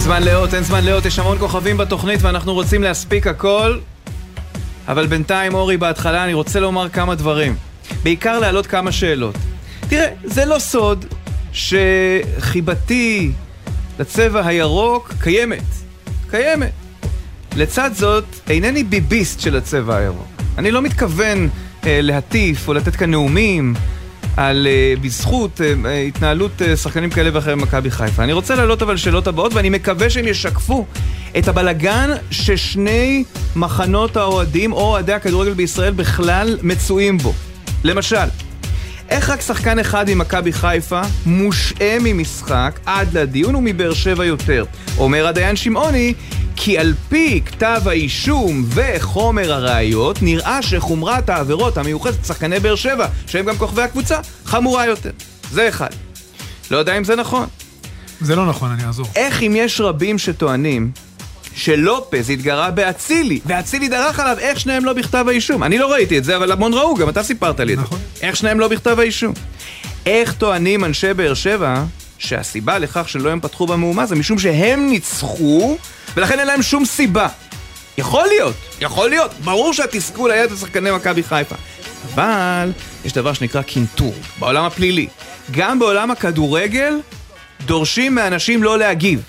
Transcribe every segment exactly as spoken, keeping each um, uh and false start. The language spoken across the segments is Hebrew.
זמן לאות, אין זמן לאות, יש המון כוכבים בתוכנית ואנחנו רוצים להספיק הכל, אבל בינתיים אורי בהתחלה אני רוצה לומר כמה דברים, בעיקר להעלות כמה שאלות. תראה, זה לא סוד שחיבתי לצבע הירוק קיימת, קיימת. לצד זאת, אינני ביביסט של הצבע הירוק. אני לא מתכוון אה, להטיף או לתת כאן נאומים על אה, בזכות אה, התנהלות אה, שחקנים כאלה ואחרים במכבי חיפה. אני רוצה להעלות אבל שאלות הבאות, ואני מקווה שהם ישקפו את הבלגן ששני מחנות האוהדים או אוהדי הכדורגל בישראל בכלל מצויים בו. למשל, איך רק שחקן אחד ממכבי חיפה מושעה ממשחק עד לדיון ומבאר שבע יותר? אומר הדיין שמעוני, כי על פי כתב האישום וחומר הראיות נראה שחומרת העבירות המיוחדת שחקני באר שבע, שהם גם כוכבי הקבוצה, חמורה יותר. זה אחד. לא יודע אם זה נכון. זה לא נכון, אני אעזור. איך אם יש רבים שטוענים שלופז התגרה באצילי, ואצילי דרך עליו, איך שניהם לא בכתב האישום? אני לא ראיתי את זה, אבל המון ראו, גם אתה סיפרת לי את זה. נכון. איך שניהם לא בכתב האישום? איך טוענים אנשי באר שבע שהסיבה לכך שלא הם פתחו במהומה זה משום שהם ניצחו, ולכן אין להם שום סיבה. יכול להיות, יכול להיות. ברור שהתסכול היה את השחקני מכבי חיפה. אבל יש דבר שנקרא קינטור, בעולם הפלילי. גם בעולם הכדורגל דורשים מאנשים לא להגיב.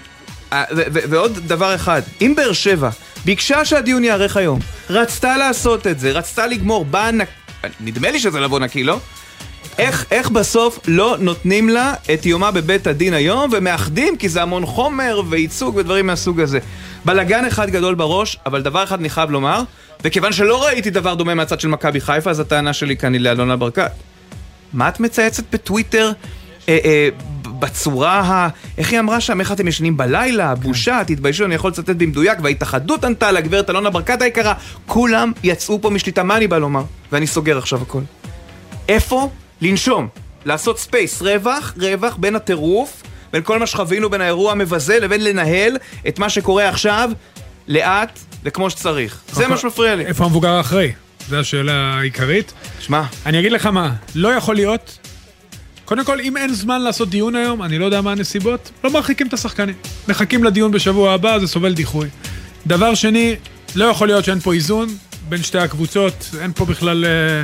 ועוד דבר אחד, אם באר שבע ביקשה שהדיון יערך היום, רצתה לעשות את זה, רצתה לגמור, בא נק... נדמה לי שזה לבוא נקי, לא? איך, איך בסוף לא נותנים לה את יומה בבית הדין היום ומאחדים, כי זה המון חומר וייצוג ודברים מהסוג הזה. בלגן אחד גדול בראש, אבל דבר אחד אני חייב לומר, וכיוון שלא ראיתי דבר דומה מהצד של מכבי חיפה, אז הטענה שלי כאן היא לאלונה ברקת. מה את מצייצת בטוויטר אה, אה, בצורה ה... איך היא אמרה שם? איך אתם ישנים בלילה? בושה, תתביישו, אני יכול לצטט במדויק, וההתאחדות ענתה לגברת אלונה ברקת היקרה, כולם יצאו פה משליטה. מה אני בא לומר? ואני סוגר עכשיו הכל. איפה? לנשום, לעשות ספייס, רווח, רווח בין הטירוף, בין כל מה שחווינו, בין האירוע המבזה, לבין לנהל את מה שקורה עכשיו, לאט וכמו שצריך. זה מה שמפריע לי. איפה המבוגר האחראי? זו השאלה העיקרית. שמע. אני אגיד לך מה, לא יכול להיות, קודם כל, אם אין זמן לעשות דיון היום, אני לא יודע מה הנסיבות, לא מרחיקים את השחקנים. מחכים לדיון בשבוע הבא, זה סובל דיחוי. דבר שני, לא יכול להיות שאין פה איזון בין שתי הקבוצות, אין פה בכלל...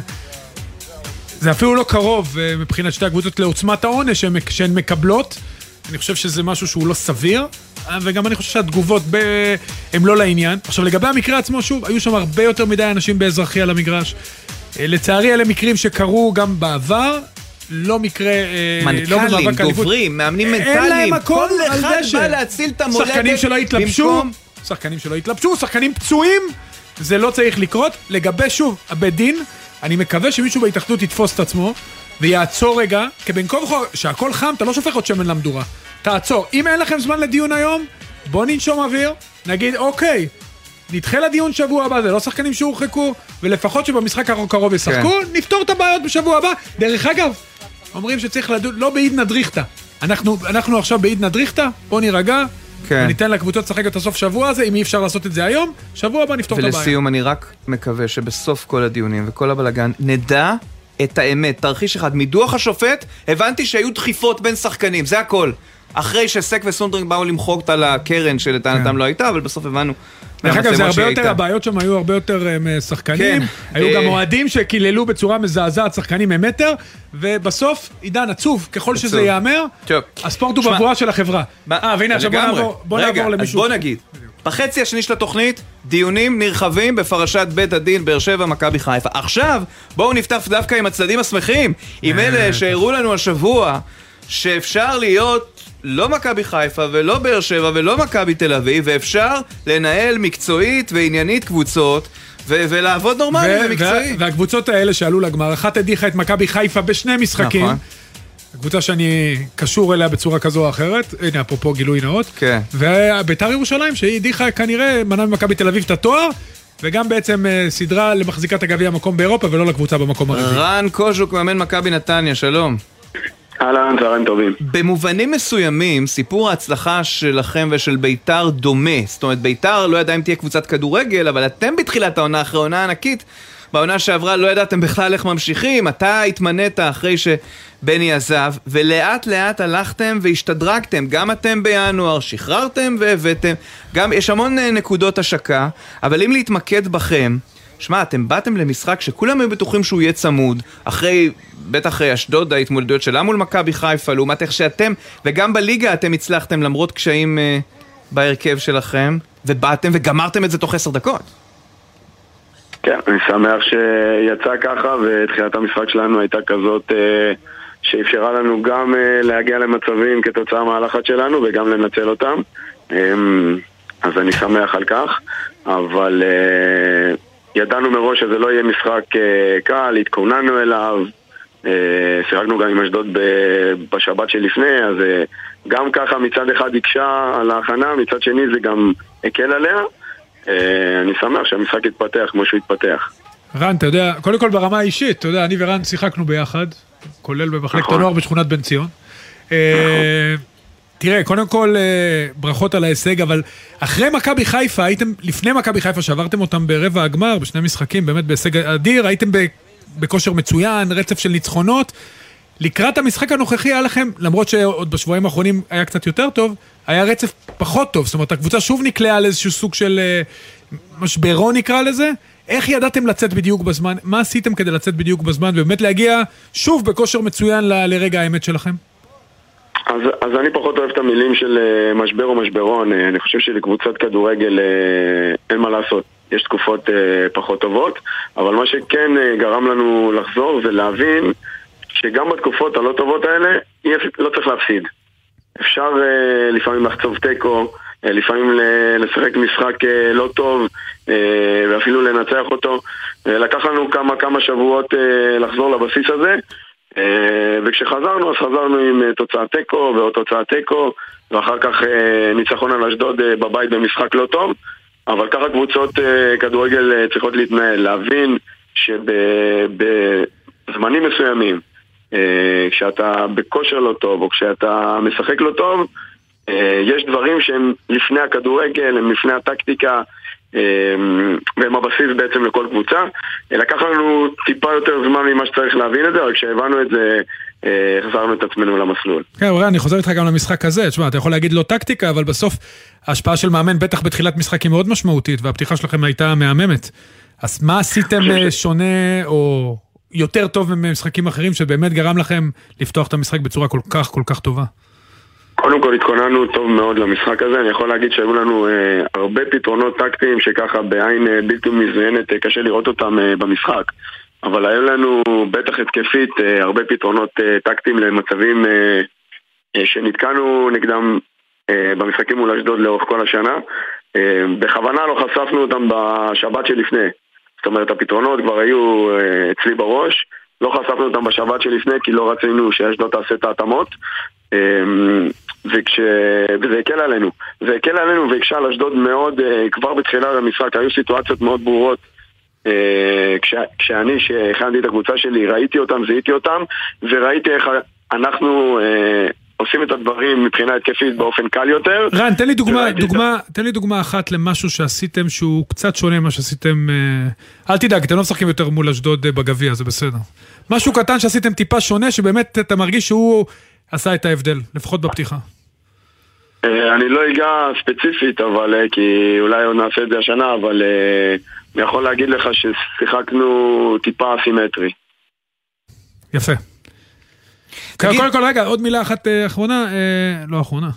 זה אפילו לא קרוב מבחינת שתי הקבוצות לעוצמת העונש שהן מקבלות. אני חושב שזה משהו שהוא לא סביר, וגם אני חושב שהתגובות הן לא לעניין. עכשיו, לגבי המקרה עצמו, שוב, היו שם הרבה יותר מדי אנשים באזרחי על המגרש. לצערי, אלה מקרים שקרו גם בעבר, לא מקרה... מנכ"לים, דוברים, מאמנים מנטליים, כל אחד בא להציל את המולדת. שחקנים שלא התלבשו, שחקנים שלא התלבשו, שחקנים פצועים, זה לא צריך לקרות. לגבי, שוב, הבית דין, אני מקווה שמישהו בהתאחדות יתפוס את עצמו ויעצור רגע, כי בין כה וכה שהכל חם, אתה לא שופך עוד שמן למדורה. תעצור. אם אין לכם זמן לדיון היום, בוא ננשום אוויר, נגיד אוקיי, נדחה לדיון שבוע הבא, זה לא שחקנים שהורחקו, ולפחות שבמשחק הקרוב ישחקו, כן. נפתור את הבעיות בשבוע הבא. דרך אגב, אומרים שצריך לדון, לא בעיד נדריכתה. אנחנו, אנחנו עכשיו בעיד נדריכתה, בוא נירגע, כן. וניתן לקבוצות לשחק את הסוף שבוע הזה, אם אי אפשר לעשות את זה היום, שבוע הבא נפתור את הבעיה. ולסיום, אני רק מקווה שבסוף כל הדיונים וכל הבלגן, נדע את האמת. תרחיש אחד, מדוח השופט, הבנתי שהיו דחיפות בין שחקנים, זה הכל. אחרי שסק וסונדרינג באו למחוק על הקרן שלטענתם לא הייתה, אבל בסוף הבנו. דרך אגב, זה הרבה יותר, הבעיות שם היו הרבה יותר שחקנים, היו גם אוהדים שקיללו בצורה מזעזעת שחקנים ממטר, ובסוף, עידן, עצוב, ככל שזה יאמר, הספורט הוא בבואה של החברה. אה, והנה, עכשיו בוא נעבור למישהו. בוא נגיד, בחצי השני של התוכנית, דיונים נרחבים בפרשת בית הדין באר שבע מכבי חיפה. עכשיו, בואו נפתח דווקא עם הצדדים השמחים, עם אלה שהראו לנו השבוע, שאפשר להיות לא מכבי חיפה ולא באר שבע ולא מכבי תל אביב, ואפשר לנהל מקצועית ועניינית קבוצות ו- ולעבוד נורמלי ו- ומקצועי. וה- והקבוצות האלה שעלו לגמר, אחת הדיחה את מכבי חיפה בשני משחקים. נכון. הקבוצה שאני קשור אליה בצורה כזו או אחרת, הנה אפרופו גילוי נאות. כן. ובית"ר ירושלים שהיא הדיחה כנראה מנע ממכבי תל אביב את התואר, וגם בעצם סדרה למחזיקת הגביע מקום באירופה ולא לקבוצה במקום הרביעי. רן קוז'וק, מאמן מכבי נתניה, שלום. אהלן, צהריים טובים. במובנים מסוימים, סיפור ההצלחה שלכם ושל ביתר דומה. זאת אומרת, ביתר לא ידע אם תהיה קבוצת כדורגל, אבל אתם בתחילת העונה אחרי עונה ענקית, בעונה שעברה לא ידעתם בכלל איך ממשיכים, אתה התמנית אחרי שבני עזב, ולאט לאט הלכתם והשתדרגתם, גם אתם בינואר, שחררתם והבאתם, גם יש המון נקודות השקה, אבל אם להתמקד בכם, שמע, אתם באתם למשחק שכולם היו בטוחים שהוא יהיה צמוד, אחרי, בטח אשדוד, ההתמודדויות שלה מול מכבי חיפה, לעומת איך שאתם, וגם בליגה אתם הצלחתם למרות קשיים uh, בהרכב שלכם, ובאתם וגמרתם את זה תוך עשר דקות. כן, אני שמח שיצא ככה, ותחילת המשחק שלנו הייתה כזאת uh, שאפשרה לנו גם uh, להגיע למצבים כתוצאה מהלחץ שלנו, וגם לנצל אותם. Um, אז אני שמח על כך, אבל... Uh, ידענו מראש שזה לא יהיה משחק קל, התכוננו אליו, שיחקנו גם עם אשדוד בשבת שלפני, אז גם ככה מצד אחד הקשה על ההכנה, מצד שני זה גם הקל עליה. אני שמח שהמשחק יתפתח כמו שהוא יתפתח. רן, אתה יודע, קודם כל ברמה האישית, אתה יודע, אני ורן שיחקנו ביחד, כולל במחלקת הנוער בשכונת בן ציון. תראה, קודם כל ברכות על ההישג, אבל אחרי מכבי חיפה, הייתם, לפני מכבי חיפה שעברתם אותם ברבע הגמר, בשני משחקים, באמת בהישג אדיר, הייתם בכושר מצוין, רצף של ניצחונות. לקראת המשחק הנוכחי היה לכם, למרות שעוד בשבועיים האחרונים היה קצת יותר טוב, היה רצף פחות טוב, זאת אומרת, הקבוצה שוב נקלעה לאיזשהו סוג של משברון נקרא לזה. איך ידעתם לצאת בדיוק בזמן? מה עשיתם כדי לצאת בדיוק בזמן, ובאמת להגיע שוב בכושר מצוין ל- לרגע האמת שלכם? אז, אז אני פחות אוהב את המילים של uh, משבר או משברון. uh, אני חושב שלקבוצת כדורגל uh, אין מה לעשות, יש תקופות uh, פחות טובות, אבל מה שכן uh, גרם לנו לחזור ולהבין שגם בתקופות הלא טובות האלה לא צריך להפסיד. אפשר uh, לפעמים לחצוב טקו, uh, לפעמים לשחק משחק uh, לא טוב uh, ואפילו לנצח אותו. uh, לקח לנו כמה כמה שבועות uh, לחזור לבסיס הזה, וכשחזרנו, אז חזרנו עם תוצאת טקו ועוד תוצאת טקו, ואחר כך ניצחון על אשדוד בבית במשחק לא טוב. אבל ככה קבוצות כדורגל צריכות להתנהל, להבין שבזמנים מסוימים, כשאתה בכושר לא טוב או כשאתה משחק לא טוב, יש דברים שהם לפני הכדורגל, הם לפני הטקטיקה, והם הבסיס בעצם לכל קבוצה. לקח לנו טיפה יותר זמן ממה שצריך להבין את זה, אבל כשהבנו את זה, חזרנו את עצמנו למסלול. כן, אורי, אני חוזר איתך גם למשחק הזה. תשמע, אתה יכול להגיד לא טקטיקה, אבל בסוף ההשפעה של מאמן בטח בתחילת משחק היא מאוד משמעותית, והפתיחה שלכם הייתה מהממת. אז מה עשיתם שונה או יותר טוב ממשחקים אחרים, שבאמת גרם לכם לפתוח את המשחק בצורה כל כך כל כך טובה? קודם כל התכוננו טוב מאוד למשחק הזה. אני יכול להגיד שהיו לנו אה, הרבה פתרונות טקטיים שככה בעין אה, בלתי מזוינת אה, קשה לראות אותם אה, במשחק, אבל היו לנו בטח התקפית אה, הרבה פתרונות אה, טקטיים למצבים אה, אה, שנתקענו נגדם אה, במשחקים מול אשדוד לאורך כל השנה. אה, בכוונה לא חשפנו אותם בשבת שלפני, זאת אומרת הפתרונות כבר היו אה, אצלי בראש, לא חשפנו אותם בשבת שלפני כי לא רצינו שאשדוד תעשה את ההתאמות, וכש... וזה הקל עלינו זה הקל עלינו והקשה על אשדוד מאוד. כבר בתחילה למשחק היו סיטואציות מאוד ברורות, כש... כשאני שהכנתי את הקבוצה שלי ראיתי אותם, זיהיתי אותם וראיתי איך אנחנו עושים את הדברים מבחינה התקפית באופן קל יותר. רן, תן לי דוגמה, דוגמה, תן לי דוגמה אחת למשהו שעשיתם שהוא קצת שונה ממה שעשיתם. אל תדאג, אתם לא משחקים יותר מול אשדוד בגביע, זה בסדר. משהו קטן שעשיתם טיפה שונה שבאמת אתה מרגיש שהוא עשה את ההבדל, לפחות בפתיחה. אני לא אגע ספציפית, אבל כי אולי עוד נעשה את זה השנה, אבל אני יכול להגיד לך ששיחקנו טיפה אסימטרי. יפה. קודם כל, רגע, עוד מילה אחת אחרונה, לא אחרונה.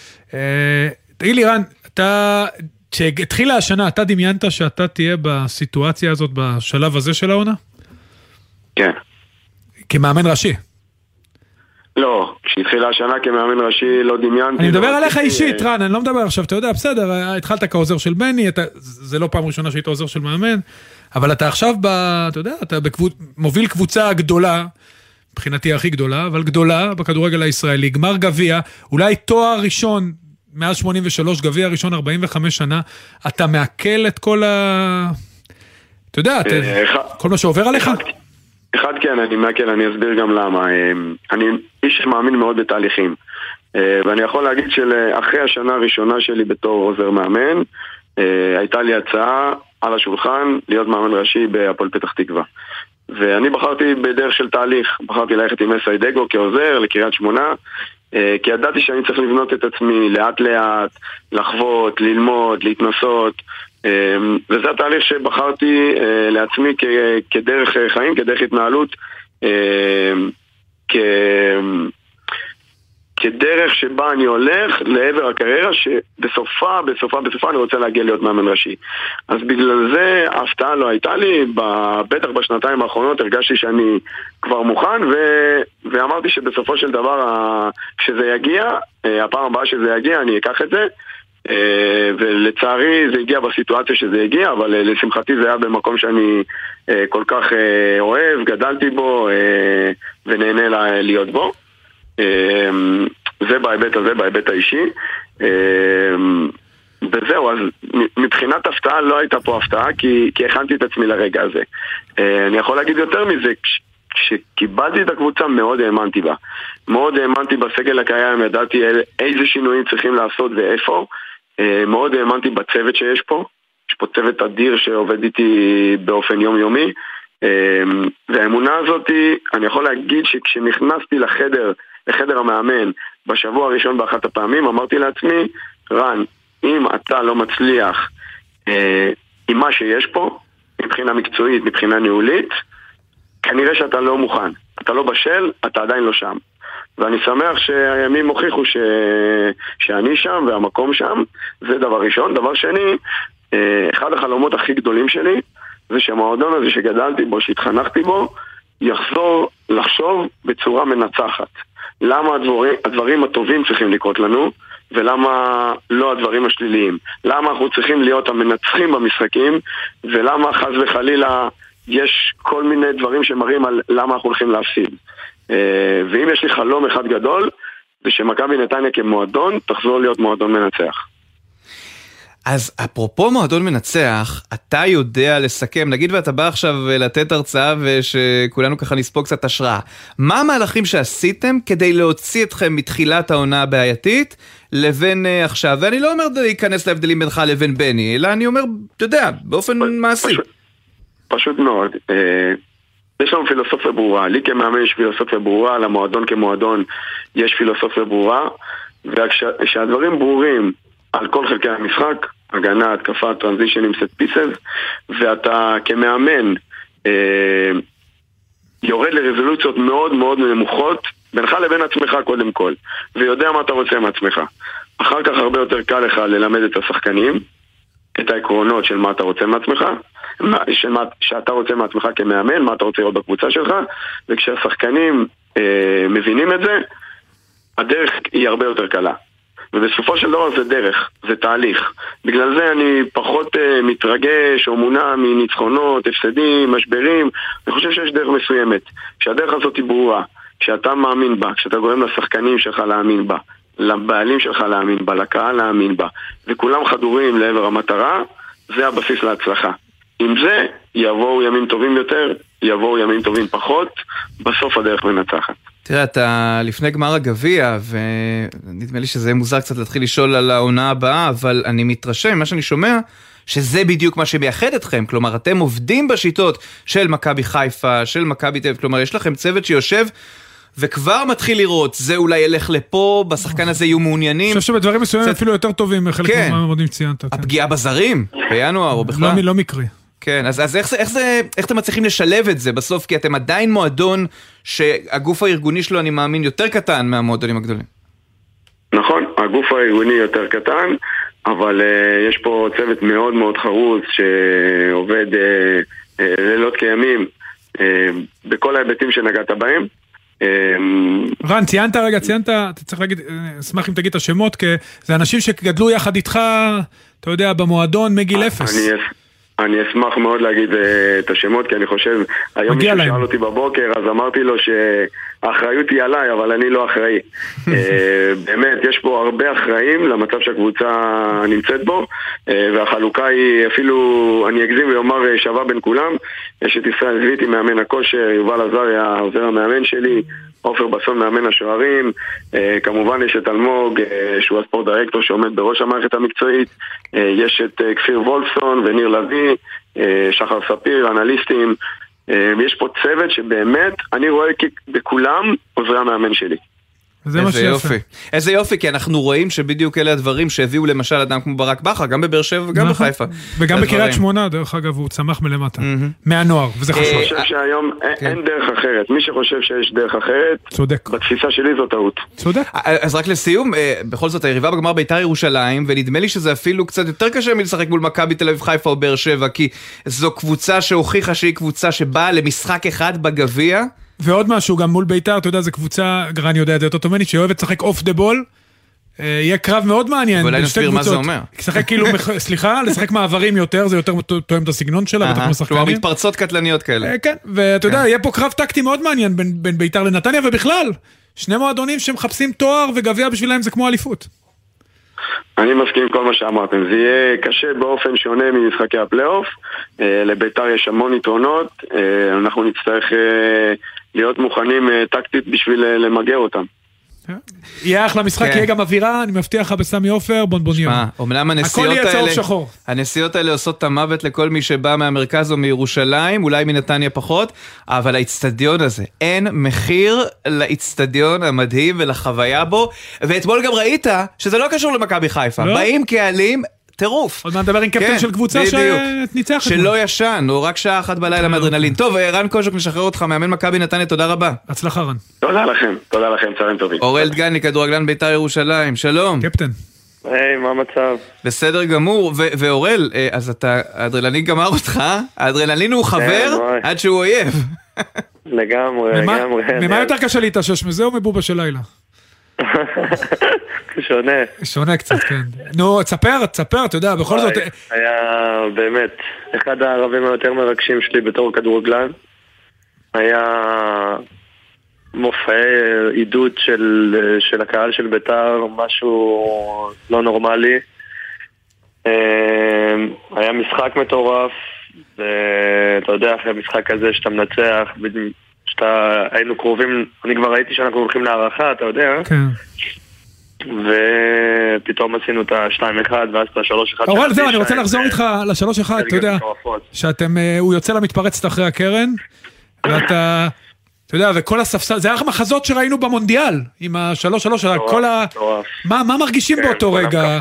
תגיד לי, רן, אתה, כשהתחילה השנה, אתה דמיינת שאתה תהיה בסיטואציה הזאת, בשלב הזה של העונה? כן. כמאמן ראשי? לא, כשהתחילה השנה כמאמן ראשי לא דמיינתי. אני מדבר עליך אישית, רן, אני לא מדבר עכשיו, אתה יודע, בסדר, התחלת כעוזר של בני, זה לא פעם ראשונה שהיית עוזר של מאמן, אבל אתה עכשיו, אתה יודע, אתה מוביל קבוצה גדולה, מבחינתי הכי גדולה, אבל גדולה בכדורגל הישראלי, גמר גביע, אולי תואר ראשון, מאז שמונים ושלוש, גביע ראשון ארבעים וחמש שנה, אתה מעכל את כל ה... אתה יודע, כל מה שעובר עליך? אחד כן, אני מעכל, אני אסביר גם למה. אני איש שמאמין מאוד בתהליכים, ואני יכול להגיד שאחרי השנה הראשונה שלי בתור עוזר מאמן, הייתה לי הצעה על השולחן להיות מאמן ראשי בהפועל פתח תקווה. ואני בחרתי בדרך של תהליך, בחרתי ללכת עם מסיידגו כעוזר לקריית שמונה, כי ידעתי שאני צריך לבנות את עצמי לאט לאט, לחוות, ללמוד, להתנסות, וזה התהליך שבחרתי לעצמי כדרך חיים, כדרך התנהלות, כ... כדרך שבה אני הולך לעבר הקריירה שבסופה, בסופה, בסופה אני רוצה להגיע להיות מאמן ראשי. אז בגלל זה ההפתעה לא הייתה לי, בטח בשנתיים האחרונות הרגשתי שאני כבר מוכן, ו... ואמרתי שבסופו של דבר כשזה יגיע, הפעם הבאה שזה יגיע אני אקח את זה, ולצערי זה הגיע בסיטואציה שזה הגיע, אבל לשמחתי זה היה במקום שאני כל כך אוהב, גדלתי בו ונהנה להיות בו. זה בהיבט הזה, בהיבט האישי. וזהו, אז מבחינת הפתעה לא הייתה פה הפתעה, כי, כי הכנתי את עצמי לרגע הזה. אני יכול להגיד יותר מזה, כשקיבלתי את הקבוצה מאוד האמנתי בה. מאוד האמנתי בסגל הקיים, ידעתי איזה שינויים צריכים לעשות ואיפה. מאוד האמנתי בצוות שיש פה. יש פה צוות אדיר שעובד איתי באופן יומיומי. והאמונה הזאת, אני יכול להגיד שכשנכנסתי לחדר, לחדר המאמן, בשבוע הראשון באחת הפעמים, אמרתי לעצמי, רן, אם אתה לא מצליח אה, עם מה שיש פה, מבחינה מקצועית, מבחינה ניהולית, כנראה שאתה לא מוכן. אתה לא בשל, אתה עדיין לא שם. ואני שמח שהימים הוכיחו ש... שאני שם והמקום שם, זה דבר ראשון. דבר שני, אה, אחד החלומות הכי גדולים שלי, זה שהמועדון הזה שגדלתי בו, שהתחנכתי בו, יחזור לחשוב בצורה מנצחת. למה הדברים, הדברים הטובים צריכים לקרות לנו, ולמה לא הדברים השליליים. למה אנחנו צריכים להיות המנצחים במשחקים, ולמה חס וחלילה יש כל מיני דברים שמראים על למה אנחנו הולכים להפסיד. ואם יש לי חלום אחד גדול, זה שמכבי נתניה כמועדון תחזור להיות מועדון מנצח. אז אפרופו מועדון מנצח, אתה יודע לסכם, נגיד ואתה בא עכשיו לתת הרצאה ושכולנו ככה נספוג קצת השראה. מה המהלכים שעשיתם כדי להוציא אתכם מתחילת העונה הבעייתית לבין uh, עכשיו? ואני לא אומר להיכנס להבדלים בינך לבין בני, אלא אני אומר, אתה יודע, באופן פ- מעשי. פשוט, פשוט מאוד. אה, יש לנו פילוסופיה ברורה. לי כמאמן יש פילוסופיה ברורה, למועדון כמועדון יש פילוסופיה ברורה, וכשהדברים ברורים, על כל חלקי המשחק, הגנה, התקפה, טרנזישנים, סט פיסס, ואתה כמאמן אה, יורד לרזולוציות מאוד מאוד נמוכות, בינך לבין עצמך קודם כל, ויודע מה אתה רוצה מעצמך. אחר כך הרבה יותר קל לך ללמד את השחקנים, את העקרונות של מה אתה רוצה מעצמך, שמה, שאתה רוצה מעצמך כמאמן, מה אתה רוצה לראות בקבוצה שלך, וכשהשחקנים אה, מבינים את זה, הדרך היא הרבה יותר קלה. ובסופו של דבר זה דרך, זה תהליך. בגלל זה אני פחות uh, מתרגש או מונע מניצחונות, הפסדים, משברים. אני חושב שיש דרך מסוימת. כשהדרך הזאת היא ברורה, כשאתה מאמין בה, כשאתה גורם לשחקנים שלך להאמין בה, לבעלים שלך להאמין בה, לקהל להאמין בה, וכולם חדורים לעבר המטרה, זה הבסיס להצלחה. עם זה יבואו ימים טובים יותר, יבואו ימים טובים פחות, בסוף הדרך מנצחת. תראה, אתה לפני גמר הגביע, ונדמה לי שזה מוזר קצת להתחיל לשאול על העונה הבאה, אבל אני מתרשם, מה שאני שומע, שזה בדיוק מה שמייחד אתכם, כלומר, אתם עובדים בשיטות של מכבי חיפה, של מכבי תל אביב, כלומר, יש לכם צוות שיושב, וכבר מתחיל לראות, זה אולי ילך לפה, בשחקן הזה יהיו מעוניינים. אני חושב שבדברים מסוימים אפילו יותר טובים, חלק מהמאמנים ציינת. הפגיעה בזרים, בינואר או בכלל. לא מקרי. כן, אז, אז איך, איך, זה, איך אתם מצליחים לשלב את זה בסוף? כי אתם עדיין מועדון שהגוף הארגוני שלו, אני מאמין, יותר קטן מהמועדונים הגדולים. נכון, הגוף הארגוני יותר קטן, אבל uh, יש פה צוות מאוד מאוד חרוץ שעובד uh, uh, לילות כימים uh, בכל ההיבטים שנגעת בהם. רן, ציינת רגע, ציינת, אתה צריך להגיד, אשמח אם תגיד את השמות, כי זה אנשים שגדלו יחד איתך, אתה יודע, במועדון מגיל אפס. אני אני אשמח מאוד להגיד uh, את השמות, כי אני חושב, היום מישהו שאל אותי בבוקר, אז אמרתי לו שהאחריות היא עליי, אבל אני לא אחראי. uh, באמת, יש פה הרבה אחראים למצב שהקבוצה נמצאת בו, uh, והחלוקה היא אפילו, אני אגזים ואומר, שווה בין כולם. יש את ישראל זוויתי, מאמן הכושר, יובל עזריה, עוזר המאמן שלי, עופר בסון מאמן השוערים, כמובן יש את אלמוג שהוא הספורט דירקטור שעומד בראש המערכת המקצועית, יש את כפיר וולפסון וניר לוי, שחר ספיר, אנליסטים, ויש פה צוות שבאמת אני רואה בכולם עוזרי המאמן שלי. איזה יופי. איזה יופי, כי אנחנו רואים שבדיוק אלה הדברים שהביאו למשל אדם כמו ברק בכר, גם בבאר שבע וגם בחיפה. וגם בקריית שמונה, דרך אגב, הוא צמח מלמטה. מהנוער, וזה חשוב. אני חושב שהיום אין דרך אחרת. מי שחושב שיש דרך אחרת, צודק. בתפיסה שלי זו טעות. צודק. אז רק לסיום, בכל זאת היריבה בגמר בית"ר ירושלים, ונדמה לי שזה אפילו קצת יותר קשה מלשחק מול מכבי תל אביב, חיפה או באר שבע, כי זו קבוצה שהוכיחה שהיא קבוצה שבאה למשחק אחד בגביע. ועוד משהו, גם מול בית"ר, אתה יודע, זו קבוצה, גרן יודע את זה, אותו תומנית, שאוהבת לשחק אוף דה בול, יהיה קרב מאוד מעניין. ואולי נסביר מה זה אומר. לשחק כאילו, סליחה, לשחק מעברים יותר, זה יותר תואם את הסגנון שלה, כלומר מתפרצות קטלניות כאלה. כן, ואתה יודע, יהיה פה קרב טקטי מאוד מעניין בין בית"ר לנתניה, ובכלל, שני מועדונים שמחפשים תואר וגביע בשבילם זה כמו אליפות. אני מסכים עם כל מה שאמרתם, זה יהיה קשה באופן שונה ממשחקי הפלייאוף, לבית"ר יש המון יתרונות, אנחנו נצטרך להיות מוכנים טקטית בשביל למגר אותם. יהיה אחלה משחק, יהיה גם אווירה, אני מבטיח לך בסמי עופר, בונבוניות. אומנם הנסיעות האלה עושות את המוות לכל מי שבא מהמרכז או מירושלים, אולי מנתניה פחות, אבל האצטדיון הזה, אין מחיר לאצטדיון המדהים ולחוויה בו, ואתמול גם ראית שזה לא קשור למכבי חיפה, באים קהלים, טירוף. עוד מעט נדבר עם קפטן של קבוצה שניצח. שלא ישן, או רק שעה אחת בלילה מאדרנלין. טוב, רן קוז'וק נשחרר אותך, מאמן מכבי נתניה, תודה רבה. הצלחה רן. תודה לכם, תודה לכם, צהריים טובים. אוראל דגני, כדורגלן בית"ר ירושלים, שלום. קפטן. היי, מה המצב? בסדר גמור, ואוראל, אז אתה, האדרנלין גמר אותך, האדרנלין הוא חבר עד שהוא אויב. לגמרי, לגמרי. ממה יותר קשה להתאושש מזה או מבובה של לילה? שונה. שונה קצת, כן. נו, תספר, תספר, אתה יודע, בכל זאת... היה באמת אחד הערבים היותר מרגשים שלי בתור כדורגלן. היה מופעי עידוד של, של הקהל של בית"ר, משהו לא נורמלי. היה משחק מטורף, ואתה יודע, אחרי המשחק הזה שאתה מנצח, שאתה היינו קרובים, אני כבר ראיתי שאנחנו הולכים להערכה, אתה יודע? כן. ופתאום עשינו את ה-שתיים אחד ואז את ה-שלוש אחד. אורל, זהו, אני רוצה לחזור איתך ל-שלוש אחד, אתה יודע, שאתם, הוא יוצא למתפרצת אחרי הקרן, ואתה, אתה יודע, וכל הספסל, זה היה מחזות שראינו במונדיאל, עם ה-שלוש שלוש, כל ה... מה מרגישים באותו רגע?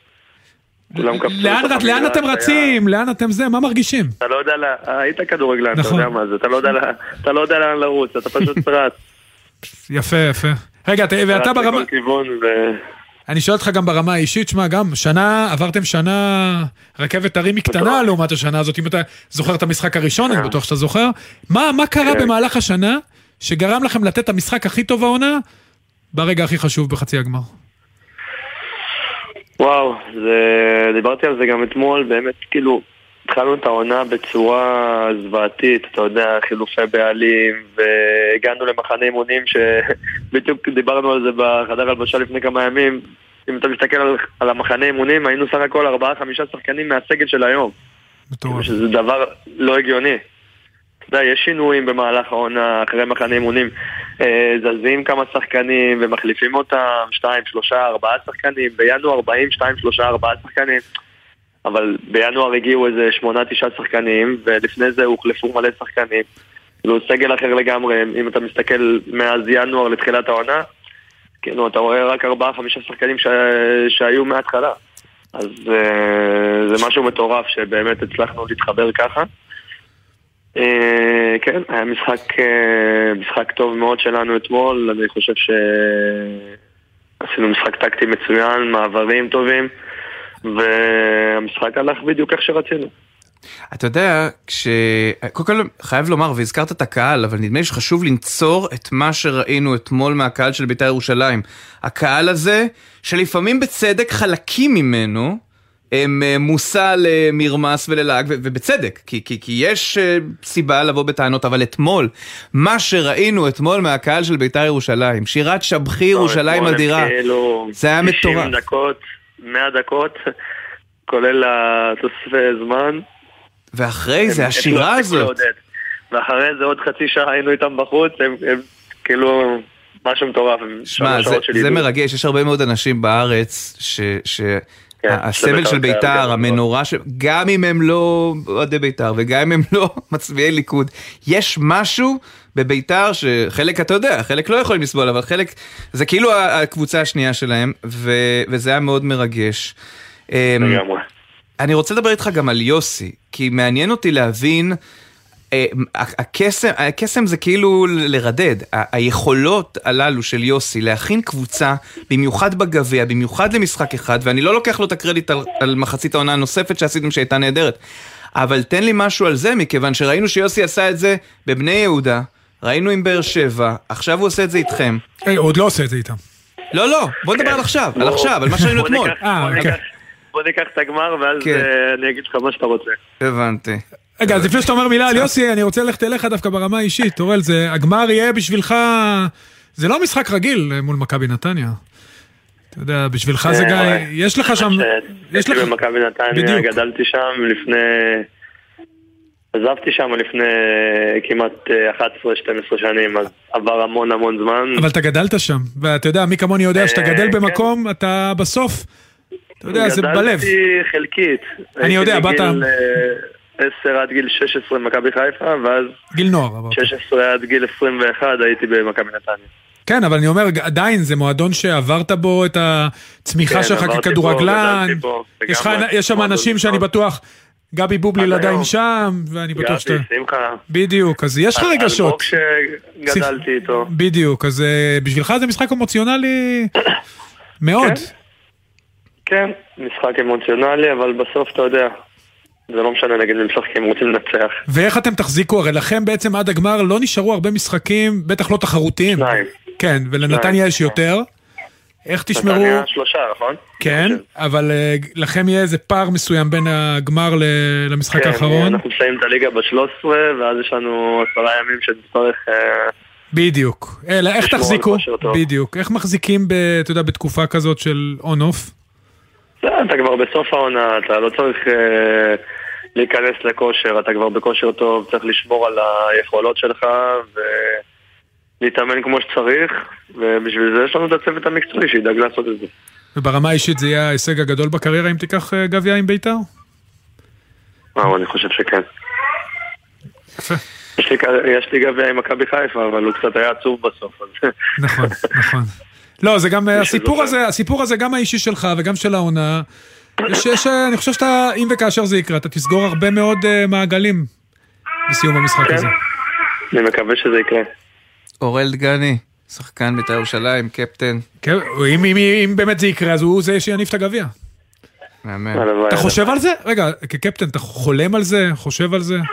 לאן אתם רצים? לאן אתם זה? מה מרגישים? אתה לא יודע, היית כדורגלן, אתה יודע מה זה, אתה לא יודע לאן לרוץ, אתה פשוט רץ. יפה, יפה. רגע, ואתה ברמה... אני שואל אותך גם ברמה האישית, שמה, גם שנה, עברתם שנה רכבת הרים קטנה לעומת השנה הזאת, אם אתה זוכר את המשחק הראשון, אני בטוח שאתה זוכר. מה קרה במהלך השנה שגרם לכם לתת את המשחק הכי טוב העונה ברגע הכי חשוב בחצי הגמר? וואו, זה... דיברתי על זה גם אתמול, באמת כאילו התחלנו את העונה בצורה זוועתית, אתה יודע, חילופי בעלים, והגענו למחנה אימונים שבדיוק דיברנו על זה בחדר הלבשה לפני כמה ימים. אם אתה מסתכל על, על המחנה אימונים, היינו סך הכל ארבעה חמישה שחקנים מהסגל של היום. בטוח. שזה דבר לא הגיוני. אתה יודע, יש שינויים במהלך העונה, אחרי מחנה אימונים, זזים כמה שחקנים ומחליפים אותם, שתיים, שלושה, ארבעה שחקנים, בינואר ארבעים, שתיים, שלושה, ארבעה שחקנים, אבל בינואר הגיעו איזה שמונה, תשעה שחקנים, ולפני זה הוחלפו מלא שחקנים, כאילו סגל אחר לגמרי, אם אתה מסתכל מאז ינואר לתחילת העונה, כאילו אתה רואה רק ארבעה, חמישה שחקנים ש... שהיו מההתחלה, אז זה משהו מטורף שבאמת הצלחנו להתחבר ככה. כן, היה משחק משחק טוב מאוד שלנו אתמול, אני חושב שעשינו משחק טקטי מצוין, מעברים טובים, והמשחק הלך בדיוק איך שרצינו. אתה יודע, כש... קודם כל חייב לומר, והזכרת את הקהל, אבל נדמה לי שחשוב לנצור את מה שראינו אתמול מהקהל של בית"ר ירושלים. הקהל הזה, שלפעמים בצדק חלקים ממנו, הם מושא למרמס וללעג, ובצדק, כי, כי, כי יש סיבה לבוא בטענות, אבל אתמול, מה שראינו אתמול מהקהל של בית"ר ירושלים, שירת שבחי ירושלים אדירה, זה היה מטורף. תשעים דקות, מאה דקות, כולל התוספי זמן. ואחרי זה, השירה הזאת. ואחרי זה עוד חצי שעה היינו איתם בחוץ, הם, הם כאילו משהו מטורף. שמע, זה, זה מרגש, יש הרבה מאוד אנשים בארץ ש... ש... כן, הסמל של ביתר, המנורה, ש... גם אם הם לא אוהדי ביתר, וגם אם הם לא מצביעי ליכוד, יש משהו בביתר שחלק אתה יודע, חלק לא יכולים לסבול, אבל חלק, זה כאילו הקבוצה השנייה שלהם, ו... וזה היה מאוד מרגש. לגמרי. אני רוצה לדבר איתך גם על יוסי, כי מעניין אותי להבין, הקסם, הקסם זה כאילו לרדד, היכולות הללו של יוסי, להכין קבוצה, במיוחד בגביע, במיוחד למשחק אחד, ואני לא לוקח לו את הקרדיט על, על מחצית העונה הנוספת שעשיתם שהייתה נהדרת, אבל תן לי משהו על זה, מכיוון שראינו שיוסי עשה את זה בבני יהודה, ראינו עם באר שבע, עכשיו הוא עושה את זה איתכם. הוא עוד לא עושה את זה איתם. לא, לא, בוא נדבר על עכשיו, על עכשיו, על מה שראינו אתמול. בוא ניקח את הגמר, ואז אני אגיד לך מה שאתה רוצה. הבנתי. רגע, אז לפני שאתה אומר מילה על יוסי, אני רוצה ללכת אליך דווקא ברמה האישית. אורל, הגמר יהיה בשבילך, זה לא משחק רגיל מול מכבי נתניה. אתה יודע, בשבילך זה גם, יש לך שם... יש לי במכבי נתניה, גדלתי שם לפני... עזבתי שם לפני כמעט אחת עשרה שתים עשרה שנים, אז עבר המון המון זמן. אבל אתה גדלת שם, ואתה יודע, מי כמוני יודע שאתה גדל במקום, אתה בסוף, אתה יודע, זה בלב. גדלתי חלקית. אני יודע, באת... עשר עד גיל שש עשרה במכבי חיפה, ואז... גיל נוער. שש עשרה עד גיל עשרים ואחת הייתי במכבי נתניה. כן, אבל אני אומר, עדיין זה מועדון שעברת בו את הצמיחה שלך ככדורגלן. יש שם אנשים שאני בטוח, גבי בובליל עדיין שם, ואני בטוח שאתה... גבי, שמחה. בדיוק, אז יש לך רגשות. אלמוג שגדלתי איתו. בדיוק, אז בשבילך זה משחק אמוציונלי מאוד. כן, משחק אמוציונלי, אבל בסוף אתה יודע... זה לא משנה נגד משחקים, רוצים לנצח. ואיך אתם תחזיקו? הרי לכם בעצם עד הגמר לא נשארו הרבה משחקים, בטח לא תחרותיים. שניים. כן, ולנתניה יש יותר. איך תשמרו? נתניה שלושה, נכון? כן, אבל לכם יהיה איזה פער מסוים בין הגמר למשחק האחרון. כן, אנחנו מסיים את הליגה ב-שלוש עשרה, ואז יש לנו עשרה ימים שנצטרך... בדיוק. איך תחזיקו? בדיוק. איך מחזיקים, אתה יודע, בתקופה כזאת של און-אוף? אתה כבר בסוף העונה, אתה לא צריך אה, להיכנס לכושר, אתה כבר בכושר טוב, צריך לשמור על היכולות שלך ולהתאמן כמו שצריך, ובשביל זה יש לנו את הצוות המקצועי שידאג לעשות את זה. וברמה האישית זה יהיה ההישג הגדול בקריירה אם תיקח גביע עם ביתר? וואו, אני חושב שכן. יפה. יש לי, יש לי גביע עם מכבי חיפה, אבל הוא קצת היה עצוב בסוף. נכון, נכון. לא, זה גם הסיפור הזה, הסיפור הזה גם האישי שלך וגם של העונה. יש, יש, אני חושב שאתה, אם וכאשר זה יקרה, אתה תסגור הרבה מאוד uh, מעגלים בסיום המשחק כן. הזה. אני מקווה שזה יקרה. אורל דגני, שחקן בית"ר ירושלים, קפטן. כן, אם, אם, אם באמת זה יקרה, אז הוא זה שיניף את הגביע. מאמן. אתה חושב על זה? רגע, כקפטן, אתה חולם על זה? חושב על זה?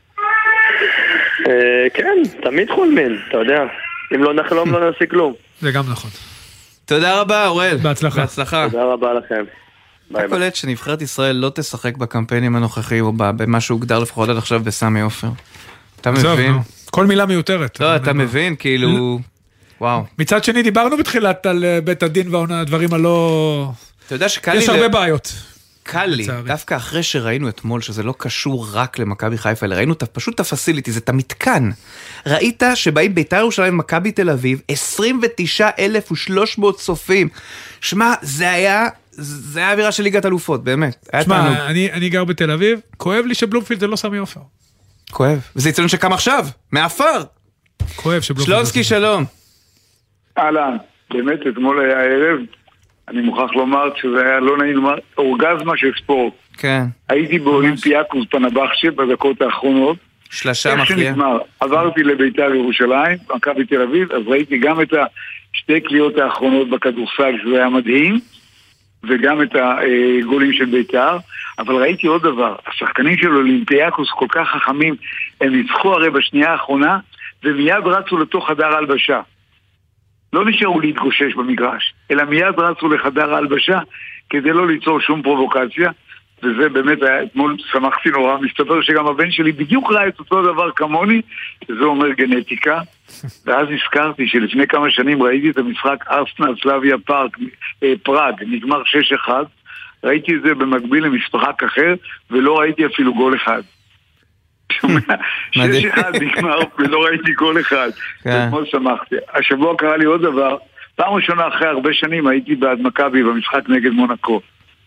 כן, תמיד חולמים, אתה יודע. אם לא נחלום, לא נעשה כלום. זה גם נכון. תודה רבה, אורל. בהצלחה. בהצלחה. תודה רבה לכם. אתה קולט שנבחרת ישראל לא תשחק בקמפיינים הנוכחים, או במה שהוגדר לפחות עד עכשיו בסמי עופר. אתה מבין? כל מילה מיותרת. לא, אתה מבין, כאילו... וואו. מצד שני, דיברנו בתחילת על בית הדין והדברים הלא... אתה יודע שקל לי... יש הרבה בעיות. קל לי, דווקא אחרי שראינו אתמול שזה לא קשור רק למכבי חיפה, אלא ראינו פשוט את הפסיליטי, זה את המתקן. ראית שבאים בית"ר ירושלים מכבי תל אביב, עשרים ותשעה אלף ושלוש מאות צופים. שמע, זה היה, זה היה אווירה של ליגת אלופות, באמת. שמע, אני, אני גר בתל אביב, כואב לי שבלומפילד זה לא סמי עופר. כואב, וזה יצלון שקם עכשיו, מאפר. כואב שבלומפילד. שלונסקי, שלום. אהלן, באמת אתמול היה ערב, אני מוכרח לומר שזה היה לא נעים לומר, אורגזמה של ספורט. כן. הייתי באולימפיאקוס פנבחצ'ה בדקות האחרונות. שלושה מכריע. איך שנגמר, עברתי לבית"ר ירושלים, מכבי תל אביב, אז ראיתי גם את השתי קליעות האחרונות בכדורסל, שזה היה מדהים, וגם את הגולים של בית"ר, אבל ראיתי עוד דבר, השחקנים של אולימפיאקוס כל כך חכמים, הם ניצחו הרי בשנייה האחרונה, ומיד רצו לתוך חדר ההלבשה. לא נשארו להתגושש במגרש, אלא מיד רצו לחדר ההלבשה, כדי לא ליצור שום פרובוקציה, וזה באמת היה, אתמול שמחתי נורא, מסתבר שגם הבן שלי בדיוק ראה את אותו דבר כמוני, שזה אומר גנטיקה, ואז הזכרתי שלפני כמה שנים ראיתי את המשחק ארסנל סלאביה פארק, אה, פראג, נגמר שש אחד, ראיתי את זה במקביל למשחק אחר, ולא ראיתי אפילו גול אחד. שומע, שש אחד נגמר ולא ראיתי כל אחד. אתמול שמחתי. השבוע קרה לי עוד דבר, פעם ראשונה אחרי הרבה שנים הייתי בעד מכבי במשחק נגד מונקו.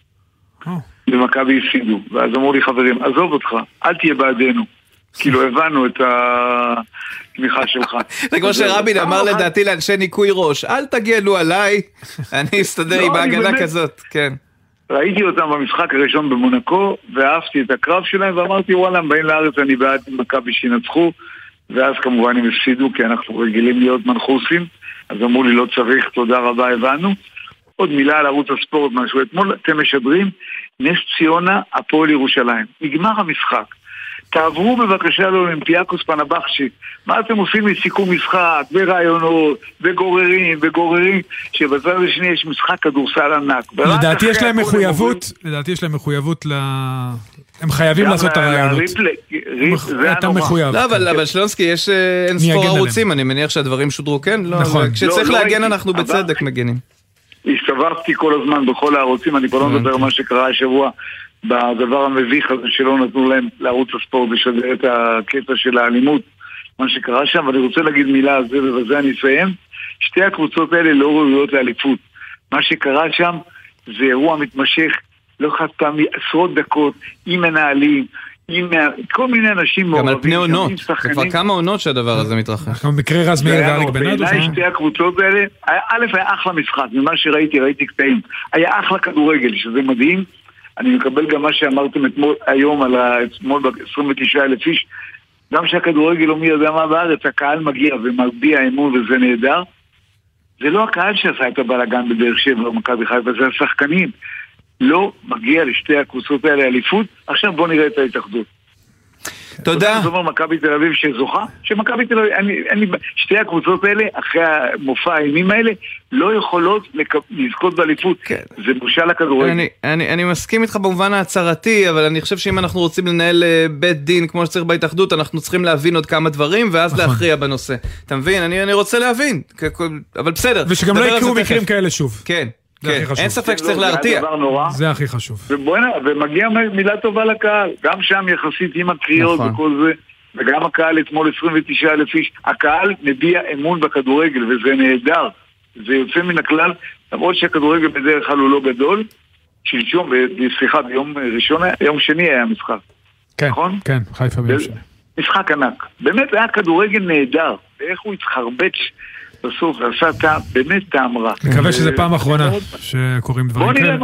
ומכבי הפסידו, ואז אמרו לי חברים, עזוב אותך, אל תהיה בעדנו. כאילו הבנו את התמיכה שלך. זה כמו שרבין אמר לדעתי לאנשי ניקוי ראש, אל תגנו עליי, אני אסתדר עם ההגנה כזאת, כן. ראיתי אותם במשחק הראשון במונקו, ואהבתי את הקרב שלהם, ואמרתי וואלה, הם באים לארץ, אני בעד מכבי שינצחו, ואז כמובן הם הפסידו, כי אנחנו רגילים להיות מנחוסים, אז אמרו לי לא צריך, תודה רבה, הבנו. עוד מילה על ערוץ הספורט, משהו, אתמול אתם משדרים, נס ציונה, הפועל ירושלים. נגמר המשחק. תעברו בבקשה לאולימפיאקוס פנבחשי. מה אתם עושים מסיכום משחק, ברעיונות, בגוררים, בגוררים, שבצד השני יש משחק כדורסל ענק. לדעתי יש להם מחויבות, לדעתי יש להם מחויבות ל... הם חייבים לעשות את הרעיונות. אתה מחויב. לא, אבל שלונסקי, יש אין ספור ערוצים, אני מניח שהדברים שודרו, כן? נכון. כשצריך להגן אנחנו בצדק מגנים. הסתובבתי כל הזמן בכל הערוצים, אני כבר לא מדבר מה שקרה השבוע בדבר המביך הזה שלא נתנו להם לערוץ הספורט לשדר את הקטע של האלימות, מה שקרה שם, ואני רוצה להגיד מילה על זה ובזה אני אסיים. שתי הקבוצות האלה לא ראויות לאליפות. מה שקרה שם זה אירוע מתמשך, לא חד פעמי, עשרות דקות, עם מנהלים, עם כל מיני אנשים מעורבים. גם על פני עונות, זה כבר כמה עונות שהדבר הזה מתרחש. במקרה רז מאיר ואריק בנאדו. בעיניי שתי הקבוצות האלה, א' היה אחלה משחק, ממה שראיתי, ראיתי קטעים. היה אחלה כדורגל, שזה מדהים. אני מקבל גם מה שאמרתם אתמול, היום על אתמול ב-עשרים ותשעה אלף איש, גם שהכדורגל לא מי יודע מה בארץ, הקהל מגיע ומביע אמון וזה נהדר. זה לא הקהל שעשה את הבלגן בדרך שבע או מכבי חיפה, זה השחקנים. לא מגיע לשתי הקבוצות האלה אליפות. עכשיו בוא נראה את ההתאחדות. תודה. זאת אומרת מכבי תל אביב שזוכה, שמכבי תל אביב, אני, אני, שתי הקבוצות האלה, אחרי המופע הימים האלה, לא יכולות לזכות באליפות. כן. זה בושה לכדורגל. אני, אני, אני מסכים איתך במובן ההצהרתי, אבל אני חושב שאם אנחנו רוצים לנהל בית דין כמו שצריך בהתאחדות, אנחנו צריכים להבין עוד כמה דברים, ואז להכריע בנושא. אתה מבין? אני, אני רוצה להבין. אבל בסדר. ושגם לא יקרו מקרים כאלה שוב. כן. כן, אין ספק שצריך להרתיע. זה הכי חשוב. ומגיע מילה טובה לקהל, גם שם יחסית עם הקריאות וכל זה, וגם הקהל אתמול עשרים ותשעה אלף איש, הקהל מביע אמון בכדורגל, וזה נהדר, זה יוצא מן הכלל, למרות שהכדורגל בדרך כלל הוא לא גדול, שלשום, סליחה, ביום ראשון, יום שני היה משחק. כן, כן, חיפה ביום שני. משחק ענק. באמת היה כדורגל נהדר, ואיך הוא התחרבץ בסוף, ועשה טעם, באמת טעם רע. מקווה שזה פעם אחרונה שקוראים דברים כאלה.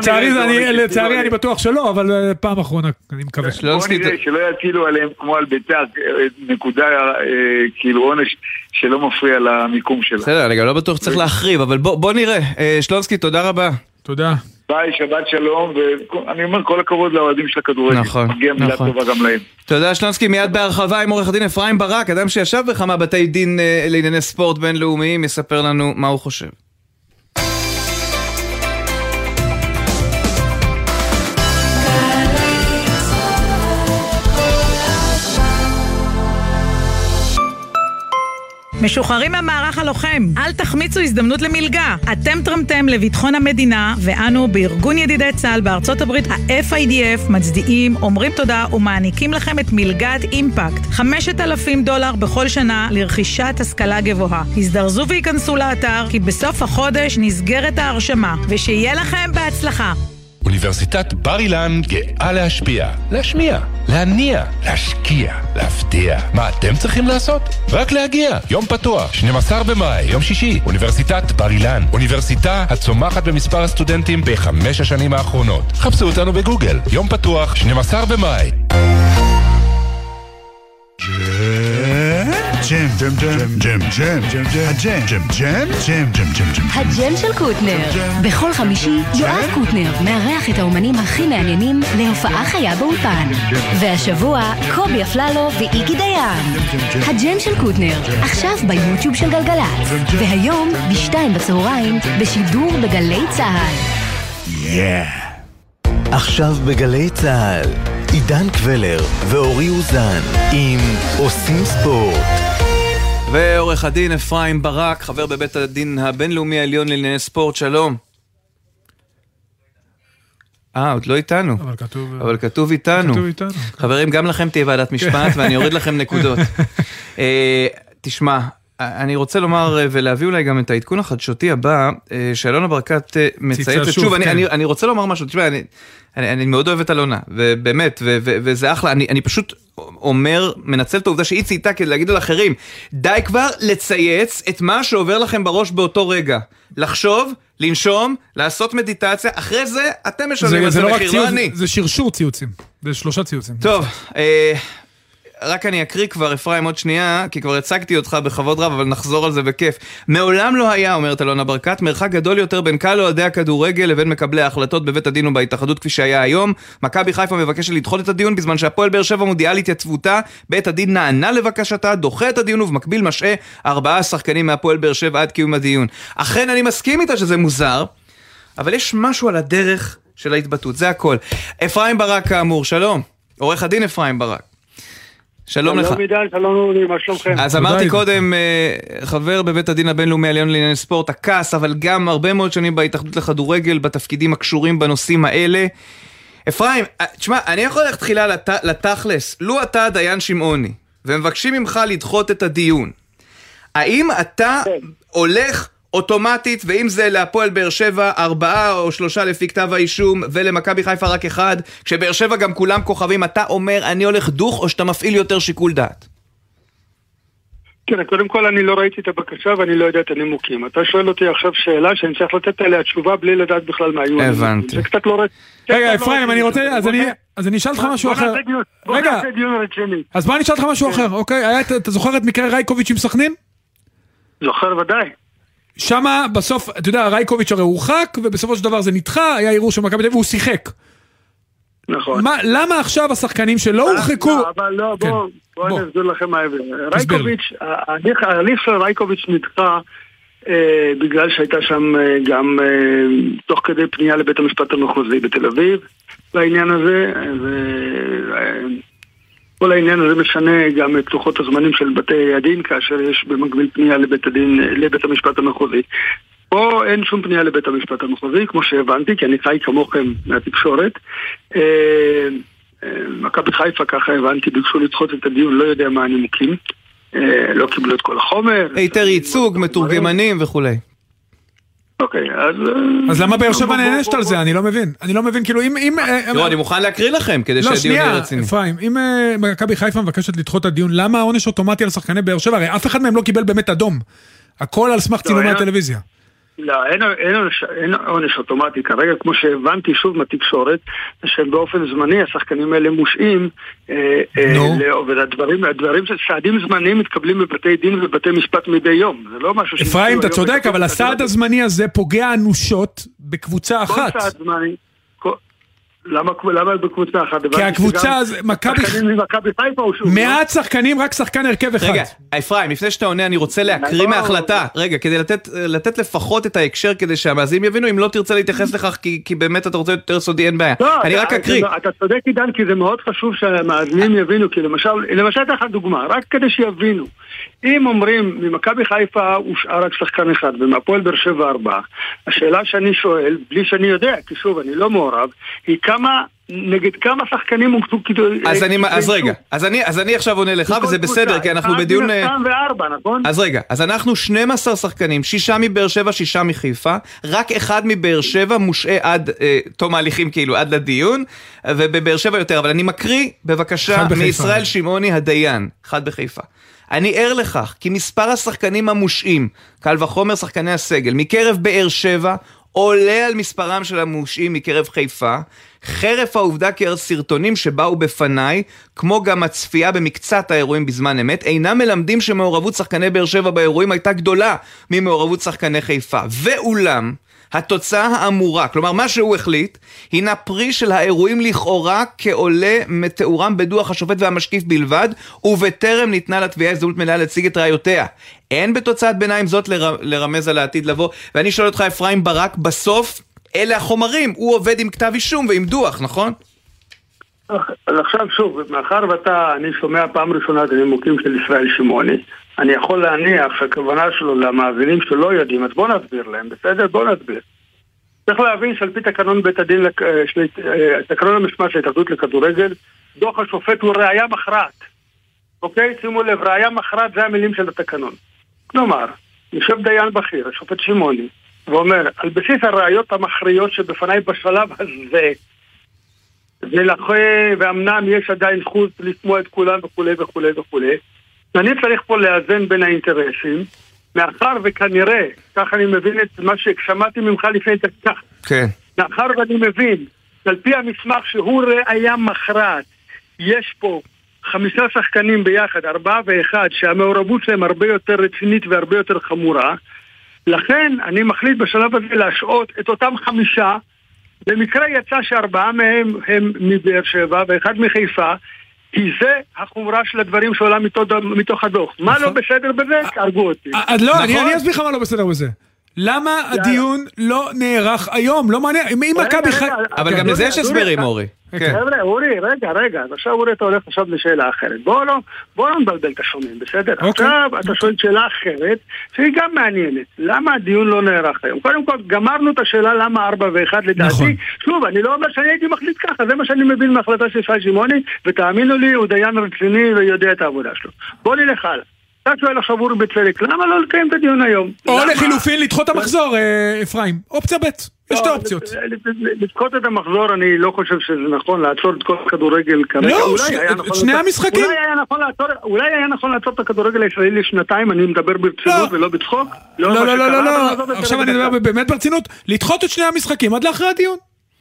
לצערי אני בטוח שלא, אבל פעם אחרונה אני מקווה. בוא נראה שלא יטילו עליהם כמו על ביתר, נקודה כאילו עונש שלא מפריע למיקום שלה. בסדר, אני גם לא בטוח שצריך להחריב, אבל בוא נראה. שלונסקי, תודה רבה. תודה. ביי, שבת שלום, ואני אומר כל הכבוד לאוהדים של הכדורגל. נכון, מגיע מילה טובה גם להם. תודה שלונסקי, מיד בהרחבה עם עורך הדין אפרים ברק, אדם שישב בכמה בתי דין לענייני ספורט בינלאומיים, יספר לנו מה הוא חושב. משוחררים מהמערך הלוחם, אל תחמיצו הזדמנות למלגה. אתם תרמתם לביטחון המדינה, ואנו בארגון ידידי צה"ל בארצות הברית, ה-אף איי די אף, מצדיעים, אומרים תודה ומעניקים לכם את מלגת אימפקט. חמשת אלפים דולר בכל שנה לרכישת השכלה גבוהה. הזדרזו וייכנסו לאתר, כי בסוף החודש נסגרת ההרשמה, ושיהיה לכם בהצלחה. אוניברסיטת בר אילן גאה להשפיע, להשמיע, להניע, להשקיע, להפתיע. מה אתם צריכים לעשות? רק להגיע. יום פתוח, שנים עשר במאי, יום שישי, אוניברסיטת בר אילן. אוניברסיטה הצומחת במספר הסטודנטים בחמש השנים האחרונות. חפשו אותנו בגוגל. יום פתוח, שנים עשר במאי. ג'ם, ג'ם, ג'ם, ג'ם, ג'ם, ג'ם, הג'ם, ג'ם, ג'ם, ג'ם, ג'ם, ג'ם, ג'ם. הג'ם של קוטנר. בכל חמישי יואב קוטנר מארח את האומנים הכי מעניינים להופעה חיה באולפן. והשבוע קובי אפללו ואיגי דיין. הג'ם של קוטנר, עכשיו ביוטיוב של גלגלצ. והיום בשתיים בצהריים בשידור בגלי צהל. יא! עכשיו בגלי צהל. עידן קבלר ואורי אוזן עם עושים ספורט. ועורך הדין אפרים ברק, חבר בבית הדין הבינלאומי העליון לענייני ספורט, שלום. אה, עוד לא איתנו. אבל כתוב... אבל כתוב איתנו. כתוב איתנו. חברים, גם לכם תהיה ועדת משפט, ואני אוריד לכם נקודות. תשמע, אני רוצה לומר ולהביא אולי גם את העדכון החדשותי הבא, שאלונה ברקת מצייצת. שוב, אני רוצה לומר משהו, תשמע, אני מאוד אוהב את אלונה, ובאמת, וזה אחלה, אני פשוט אומר, מנצל את העובדה שהיא צייתה כדי להגיד על אחרים, די כבר לצייץ את מה שעובר לכם בראש באותו רגע. לחשוב, לנשום, לעשות מדיטציה, אחרי זה אתם משלמים על זה מחיר, לא אני. זה שרשור ציוצים, זה שלושה ציוצים. טוב, אה... רק אני אקריא כבר, אפרים, עוד שנייה, כי כבר הצגתי אותך בכבוד רב, אבל נחזור על זה בכיף. מעולם לא היה, אומרת אלונה ברקת, מרחק גדול יותר בין קהל אוהדי הכדורגל לבין מקבלי ההחלטות בבית הדין ובהתאחדות כפי שהיה היום. מכבי חיפה מבקשת לדחות את הדיון, בזמן שהפועל באר שבע מודיעה על התייצבותה. בית הדין נענה לבקשתה, דוחה את הדיון ובמקביל משעה ארבעה שחקנים מהפועל באר שבע עד קיום הדיון. אכן אני מסכים איתה שזה מוזר, אבל יש משהו על הדרך של ההתבטאות, זה הכל. אפרים ברק כאמור, שלום. עורך הדין אפרים ברק. שלום לך. שלום עידן, שלום אורי, מה שלומכם? אז אמרתי קודם, חבר בבית הדין הבינלאומי העליון לענייני ספורט, הכעס, אבל גם הרבה מאוד שנים בהתאחדות לכדורגל, בתפקידים הקשורים בנושאים האלה. אפרים, תשמע, אני יכול ללכת תחילה לת... לתכלס, לו אתה דיין שמעוני, ומבקשים ממך לדחות את הדיון, האם אתה הולך אוטומטית, ואם זה להפועל באר שבע ארבעה או שלושה לפי כתב האישום, ולמכבי חיפה רק אחד, כשבאר שבע גם כולם כוכבים, אתה אומר אני הולך דוך, או שאתה מפעיל יותר שיקול דעת? כן, קודם כל אני לא ראיתי את הבקשה ואני לא יודע את הנימוקים. אתה שואל אותי עכשיו שאלה שאני צריך לתת עליה תשובה בלי לדעת בכלל מה היו. הבנתי. זה קצת לא... רגע, אפרים, אני רוצה, אז אני אשאל אותך משהו אחר. רגע, אז בוא אני אשאל אותך משהו אחר, אוקיי? אתה זוכר את מקרה רייקוביץ' עם סכנין? זוכר ודאי. שמה בסוף, אתה יודע, רייקוביץ' הרי הורחק, ובסופו של דבר זה נדחה, היה ערעור של מכבי תל אביב, והוא שיחק. נכון. מה, למה עכשיו השחקנים שלא הורחקו... לא, אבל לא, בואו, בואו אני אסביר לכם מה ההבדל. רייקוביץ', ההליך של רייקוביץ' נדחה, בגלל שהייתה שם גם תוך כדי פנייה לבית המשפט המחוזי בתל אביב, לעניין הזה, כל העניין הזה משנה גם את לוחות הזמנים של בתי הדין, כאשר יש במקביל פנייה לבית הדין, לבית המשפט המחוזי. פה אין שום פנייה לבית המשפט המחוזי, כמו שהבנתי, כי אני חי כמוכם מהתקשורת. מכבי חיפה, ככה הבנתי, ביקשו לדחות את הדיון, לא יודע מה הנימוקים. לא קיבלו את כל החומר. היתר ייצוג, מתורגמנים וכולי. אוקיי, אז... אז למה באר שבע נענשת על זה? אני לא מבין. אני לא מבין, כאילו, אם... תראו, אני מוכן להקריא לכם, כדי שהדיון יהיה רציני. לא, שנייה, אפרים, אם מכבי חיפה מבקשת לדחות את הדיון, למה העונש אוטומטי על שחקני באר שבע? הרי אף אחד מהם לא קיבל באמת אדום. הכל על סמך צילומי הטלוויזיה. לא, אין, אין, אין עונש אוטומטי. כרגע, כמו שהבנתי שוב מהתקשורת, שבאופן זמני השחקנים האלה מושעים, והדברים, הדברים של סעדים זמניים מתקבלים בבתי דין ובבתי משפט מדי יום. זה לא משהו... אפרים, אתה צודק, אבל הסעד הזמני הזה פוגע אנושות בקבוצה אחת. כל סעד זמני... למה, למה בקבוצה אחת? כי הקבוצה, מכבי חיפה הוא שוב. מעט שחקנים, רק שחקן הרכב אחד. רגע, אפרים, לפני שאתה עונה, אני רוצה להקריא מההחלטה. רגע, כדי לתת, לתת לפחות את ההקשר, כדי שהמאזינים יבינו, אם לא תרצה להתייחס לכך, כי, כי באמת אתה רוצה יותר סודי, אין בעיה. אני רק אקריא. אתה צודק עידן, כי זה מאוד חשוב שהמאזינים יבינו, כי למשל, למשל תחת דוגמה, רק כדי שיבינו. אם אומרים, ממכבי חיפה הושאר רק שחקן אחד, ומהפועל באר שבע ארבעה, השאלה שאני שואל, בלי שאני יודע, כי שוב, אני לא מעורב, היא כמה, נגד כמה שחקנים הוקצו... אז אני, אז רגע, אז אני, אז אני עכשיו עונה לך, וזה בסדר, כי אנחנו בדיון... אז רגע, אז אנחנו שנים עשר שחקנים, שישה מבאר שבע, שישה מחיפה, רק אחד מבאר שבע מושעה עד תום ההליכים, כאילו, עד לדיון, ובבאר שבע יותר, אבל אני מקריא, בבקשה, מישראל שמעוני הדיין, אחד בחיפה. אני ער לכך כי מספר השחקנים המושעים, קל וחומר שחקני הסגל, מקרב באר שבע, עולה על מספרם של המושעים מקרב חיפה, חרף העובדה כי הסרטונים שבאו בפניי, כמו גם הצפייה במקצת האירועים בזמן אמת, אינם מלמדים שמעורבות שחקני באר שבע באירועים הייתה גדולה ממעורבות שחקני חיפה. ואולם, התוצאה האמורה, כלומר מה שהוא החליט, הינה פרי של האירועים לכאורה כעולה מתאורם בדוח השופט והמשקיף בלבד, ובטרם ניתנה לתביעה הזדמנות מלאה להציג את ראיותיה. אין בתוצאת ביניים זאת לר... לרמז על העתיד לבוא. ואני שואל אותך, אפרים ברק, בסוף אלה החומרים, הוא עובד עם כתב אישום ועם דוח, נכון? אז עכשיו שוב, מאחר ואתה, אני שומע פעם ראשונה את הנימוקים של ישראל שמעוני, אני יכול להניח שהכוונה שלו למאזינים שלא יודעים, אז בוא נסביר להם, בסדר? בוא נסביר. צריך להבין שעל פי תקנון בית הדין, תקנון המשמעת של ההתאחדות לכדורגל, דוח השופט הוא ראיה מכרעת. אוקיי? שימו לב, ראיה מכרעת זה המילים של התקנון. כלומר, יושב דיין בכיר, השופט שמעוני, ואומר, על בסיס הראיות המכריעות שבפניי בשלב הזה, ולכן, ואמנם יש עדיין זכות לשמוע את כולם וכולי וכולי וכולי, אני צריך פה לאזן בין האינטרסים, מאחר וכנראה, כך אני מבין את מה ששמעתי ממך לפני תקצח, כן. מאחר ואני מבין, על פי המסמך שהוא ראיה מכרעת, יש פה חמישה שחקנים ביחד, ארבעה ואחד, שהמעורבות שלהם הרבה יותר רצינית והרבה יותר חמורה, לכן אני מחליט בשלב הזה להשעות את אותם חמישה, במקרה יצא שארבעה מהם הם מבאר שבע ואחד מחיפה, כי זה החומרה של הדברים שעולה מתוך הדוח. מה לא בסדר בזה? הרגו אותי. לא, אני אסביר לך מה לא בסדר בזה. למה הדיון לא נערך היום? לא מעניין, אם מכבי חיפה... אבל גם לזה יש הסברים, אורי. חבר'ה, אורי, רגע, רגע, עכשיו אורי אתה הולך עכשיו לשאלה אחרת. בואו לא נבלבל את השומעים, בסדר? עכשיו אתה שואל שאלה אחרת, שהיא גם מעניינת. למה הדיון לא נערך היום? קודם כל, גמרנו את השאלה למה ארבע ואחד לדעתי. שוב, אני לא אומר שאני הייתי מחליט ככה, זה מה שאני מבין מההחלטה של שי שמעוני, ותאמינו לי, הוא דיין רציני ויודע את העבודה שלו. בואו נלך הלאה. אתה שואל עכשיו אורי בצדק, למה לא לקיים את הדיון היום? או לחילופין, לדחות את המחזור, אפרים. אופציה ב', יש שתי אופציות. לדחות את המחזור, אני לא חושב שזה נכון לעצור את כל הכדורגל כרגע. לא, שני המשחקים. אולי היה נכון לעצור את הכדורגל הישראלי לשנתיים, אני מדבר ברצינות ולא בצחוק. לא, לא, לא, לא, עכשיו אני מדבר באמת ברצינות, לדחות את שני המשחקים עד לאחרי הדיון.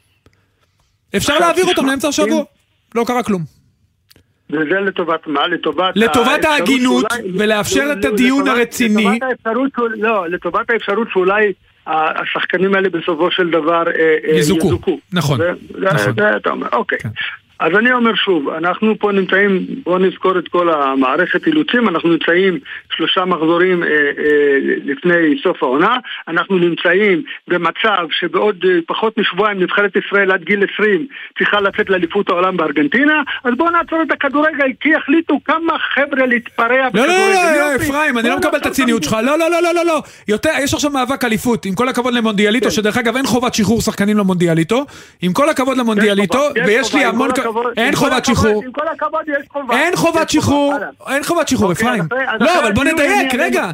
אפשר להעביר אותם לאמצע השבוע. לא קרה כלום. וזה לטובת מה? לטובת... לטובת ההגינות ולאפשר את הדיון הרציני. לא, לטובת האפשרות שאולי השחקנים האלה בסופו של דבר יזוכו. נכון. זה אתה אומר, אוקיי. אז אני אומר שוב, אנחנו פה נמצאים, בואו נזכור את כל המערכת אילוצים, אנחנו נמצאים שלושה מחזורים אה, אה, לפני סוף העונה, אנחנו נמצאים במצב שבעוד פחות משבועיים נבחרת ישראל עד גיל עשרים צריכה לצאת לאליפות העולם בארגנטינה, אז בואו נעצור את הכדורגל, כי יחליטו כמה חבר'ה להתפרע בכדורגל. לא, לא, לא, אפרים, אני לא מקבל את הציניות שלך, לא, לא, לא, לא, לא, לא, יותר, יש עכשיו מאבק אליפות, עם כל הכבוד למונדיאליטו, שדרך אגב אין חובת שחרור שחקנים למונדיאליטו, עם כל הכבוד למונדיאליטו, ויש לי המון אין חובת שחרור. עם כל הכבוד יש חובה. אין חובת שחרור. אין חובת שחרור, אפרים. לא, אבל בוא נדייק, רגע.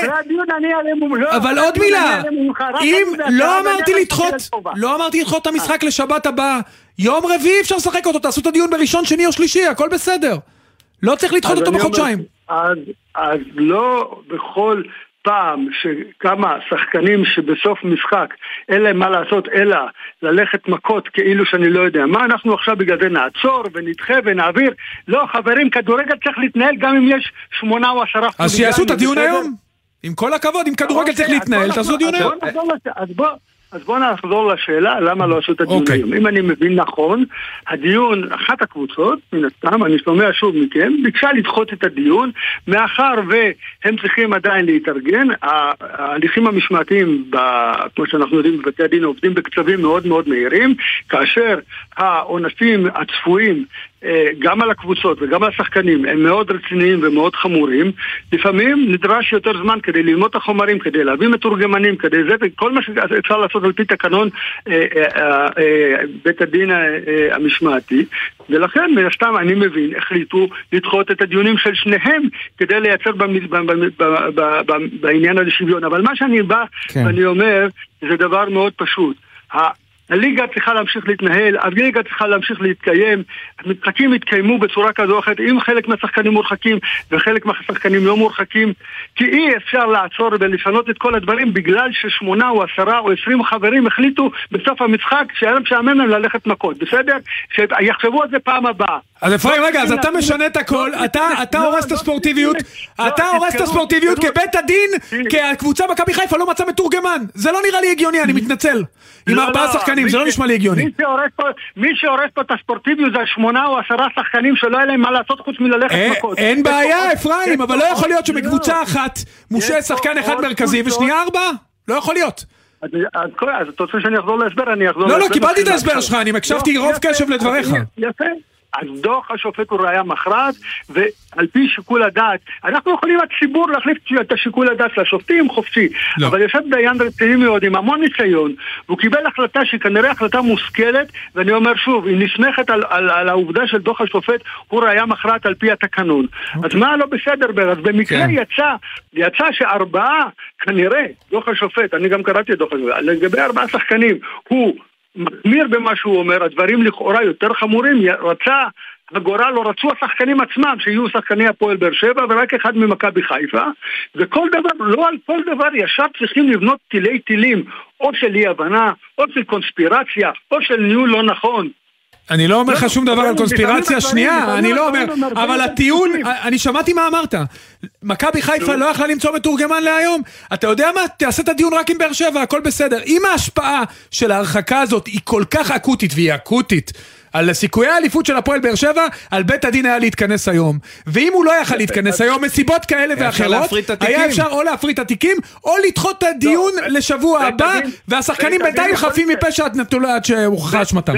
אבל עוד מילה. אם לא אמרתי לדחות, לא אמרתי לדחות את המשחק לשבת הבאה. יום רביעי אפשר לשחק אותו, תעשו את הדיון בראשון, שני או שלישי, הכל בסדר. לא צריך לדחות אותו בחודשיים. אז לא בכל פעם שכמה שחקנים שבסוף משחק אין להם מה לעשות אלא ללכת מכות כאילו שאני לא יודע מה, אנחנו עכשיו בגלל זה נעצור ונדחה ונעביר. לא חברים, כדורגל צריך להתנהל גם אם יש שמונה או עשרה. אז שיעשו את הדיון היום. עם כל הכבוד, אם כדורגל צריך להתנהל, תעשו דיון היום. אז בוא אז בואו נחזור לשאלה למה לא עשו את הדיון okay. היום. אם אני מבין נכון, הדיון, אחת הקבוצות, מן הסתם, אני שומע שוב מכם, ביקשה לדחות את הדיון, מאחר והם צריכים עדיין להתארגן. ההליכים המשמעתיים, כמו שאנחנו יודעים בבתי הדין, עובדים בקצבים מאוד מאוד מהירים, כאשר העונשים הצפויים גם על הקבוצות וגם על השחקנים הם מאוד רציניים ומאוד חמורים. לפעמים נדרש יותר זמן כדי ללמוד את החומרים, כדי להביא מתורגמנים, כדי זה וכל מה שאפשר לעשות על פי תקנון בית הדין המשמעתי. ולכן מן הסתם אני מבין החליטו לדחות את הדיונים של שניהם כדי לייצר בעניין הזה שוויון. אבל מה שאני בא ואני אומר זה דבר מאוד פשוט. הליגה צריכה להמשיך להתנהל, הליגה צריכה להמשיך להתקיים, המשחקים יתקיימו בצורה כזו או אחרת, אם חלק מהשחקנים מורחקים וחלק מהשחקנים לא מורחקים, כי אי אפשר לעצור ולשנות את כל הדברים בגלל ששמונה או עשרה או עשרים חברים החליטו בסוף המשחק שהיה משעמם להם ללכת מכות, בסדר? שיחשבו על זה פעם הבאה. אז אפרים, רגע, אז אתה משנה את הכל, אתה הורס את הספורטיביות, אתה הורס את הספורטיביות כבית הדין, כי הקבוצה מכבי חיפה לא מצא מתורגמן, זה לא נראה לי הגיוני, אני מתנצל. עם ארבעה שחקנים, זה לא נשמע לי הגיוני. מי שהורס פה את הספורטיביות זה שמונה או עשרה שחקנים שלא היה להם מה לעשות חוץ מללכת מכות. אין בעיה, אפרים, אבל לא יכול להיות שמקבוצה אחת מושעה שחקן אחד מרכזי ושנייה ארבעה. לא יכול להיות. אז אתה רוצה שאני אחזור להסבר? אני אחזור להסבר. לא, לא, קיבלתי את ההסבר שלך, אני מקשבתי רוב קשב לדבריך. יפה. אז דוח השופט הוא ראיה מכרעת, ועל פי שיקול הדעת, אנחנו יכולים הציבור להחליף את השיקול הדעת לשופטים חופשי, לא. אבל יושב דיין רציני מאוד עם המון ניסיון, והוא קיבל החלטה שכנראה החלטה מושכלת, ואני אומר שוב, היא נסמכת על, על, על העובדה של דוח השופט, הוא ראיה מכרעת על פי התקנון. Okay. אז מה לא בסדר בר? אז במקרה okay. יצא, יצא שארבעה, כנראה, דוח השופט, אני גם קראתי את דוח השופט, לגבי ארבעה שחקנים, הוא מחמיר במה שהוא אומר, הדברים לכאורה יותר חמורים, רצה, הגורל לא רצו השחקנים עצמם שיהיו שחקני הפועל באר שבע ורק אחד ממכבי חיפה, וכל דבר, לא על כל דבר ישר צריכים לבנות טילי טילים, או של אי הבנה, או של קונספירציה, או של ניהול לא נכון. אני לא אומר לך שום דבר על קונספירציה, שנייה, אני לא אומר, אבל הטיעון, אני שמעתי מה אמרת, מכבי חיפה לא יכלה למצוא מתורגמן להיום, אתה יודע מה, תעשה את הדיון רק עם באר שבע, הכל בסדר, אם ההשפעה של ההרחקה הזאת היא כל כך אקוטית, והיא אקוטית, על סיכויי האליפות של הפועל באר שבע, על בית הדין היה להתכנס היום, ואם הוא לא יכל להתכנס היום, מסיבות כאלה ואחרות, היה אפשר או להפריט את התיקים, או לדחות את הדיון לשבוע הבא, והשחקנים בינתיים חפים מפשע עד שהוכחה אשמתם.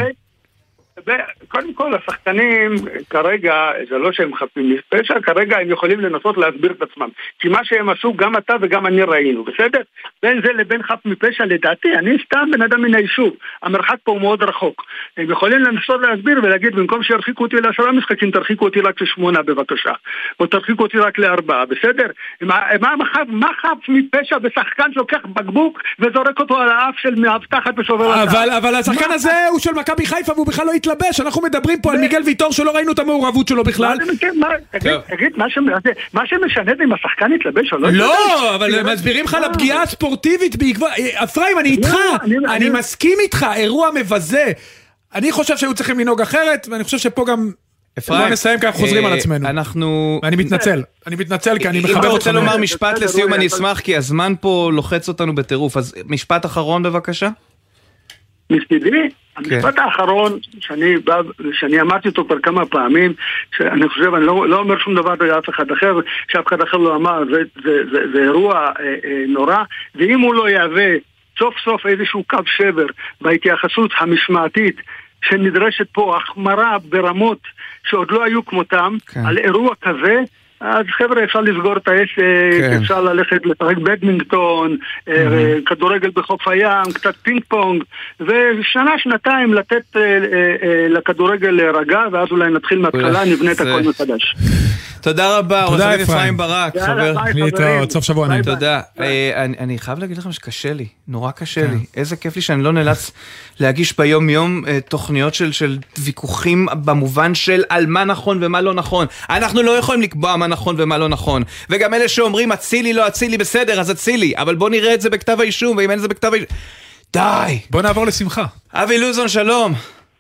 קודם כל, השחקנים כרגע, זה לא שהם חפים מפשע, כרגע הם יכולים לנסות להסביר את עצמם. כי מה שהם עשו, גם אתה וגם אני ראינו, בסדר? בין זה לבין חף מפשע, לדעתי, אני סתם בן אדם מן היישוב. המרחק פה הוא מאוד רחוק. הם יכולים לנסות להסביר ולהגיד, במקום שירחיקו אותי לעשרה משחקים, תרחיקו אותי רק לשמונה בבקשה. או תרחיקו אותי רק לארבעה, בסדר? מה, מה, מה חף מפשע בשחקן שלוקח בקבוק וזורק אותו על האף של מאבטחת ושובר אבל, אבל השחקן הזה הוא של מכבי חיפה והוא בכלל לא התלבש. אנחנו מדברים פה על מיגל ויטור שלא ראינו את המעורבות שלו בכלל. תגיד, מה שמשנה זה אם השחקן התלבש או לא? לא, אבל מסבירים לך לפגיעה הספורטיבית בעקבות... אפרים, אני איתך, אני מסכים איתך, אירוע מבזה. אני חושב שהיו צריכים לנהוג אחרת, ואני חושב שפה גם... לא נסיים כי אנחנו חוזרים על עצמנו. אנחנו... אני מתנצל, אני מתנצל כי אני מחבר אותך. אם אתה רוצה לומר משפט לסיום אני אשמח, כי הזמן פה לוחץ אותנו בטירוף, אז משפט אחרון בבקשה. מסתדרי, המשפט האחרון שאני בא, שאני אמרתי אותו כבר כמה פעמים, שאני חושב, אני לא, לא אומר שום דבר לאף אחד אחר, שאף אחד אחר לא אמר, זה, זה, זה, זה אירוע אה, אה, נורא, ואם הוא לא יהווה סוף סוף איזשהו קו שבר בהתייחסות המשמעתית, שנדרשת פה החמרה ברמות שעוד לא היו כמותם, כן. על אירוע כזה, אז חבר'ה אפשר לסגור את העסק, כן. אפשר ללכת לשחק בדמינגטון, mm-hmm. כדורגל בחוף הים, קצת פינג פונג, ושנה, שנתיים לתת אה, אה, לכדורגל להירגע, ואז אולי נתחיל מהתחלה, נבנה את הכל מחדש. תודה רבה, עורך דין אפרים ברק, חבר. להתראות, סוף שבוע נעים. תודה. אני חייב להגיד לכם שקשה לי, נורא קשה לי. איזה כיף לי שאני לא נאלץ להגיש ביום יום תוכניות של ויכוחים במובן של על מה נכון ומה לא נכון. אנחנו לא יכולים לקבוע מה נכון ומה לא נכון. וגם אלה שאומרים אצילי לא אצילי בסדר, אז אצילי. אבל בוא נראה את זה בכתב האישום, ואם אין זה בכתב האישום... די! בוא נעבור לשמחה. אבי לוזון, שלום.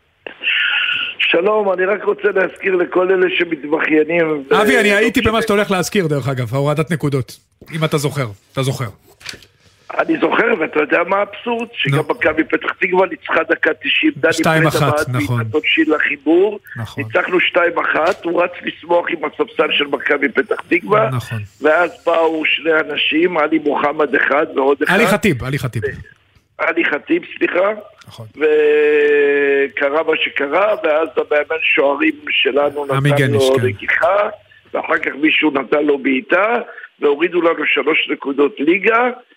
שלום, אני רק רוצה להזכיר לכל אלה שמתבחיינים. אבי, אני הייתי במה שאתה הולך להזכיר, דרך אגב, ההורדת נקודות. אם אתה זוכר, אתה זוכר. אני זוכר, ואתה יודע מה האבסורד? שגם מכבי פתח תקווה ניצחה דקה תשעים. שתיים אחת, נכון. תבשיל לחיבור. ניצחנו שתיים אחת, הוא רץ לשמוח עם הספסל של מכבי פתח תקווה. נכון. ואז באו שני אנשים, עלי מוחמד אחד ועוד אחד. עלי חטיב, עלי חטיב. עלי חטיב, סליחה. נכון. וקרה מה שקרה, ואז המאמן שוערים שלנו נתן לו נגיחה, ואחר כך מישהו נתן לו בעיטה, והורידו לנו שלוש נקודות ליגה,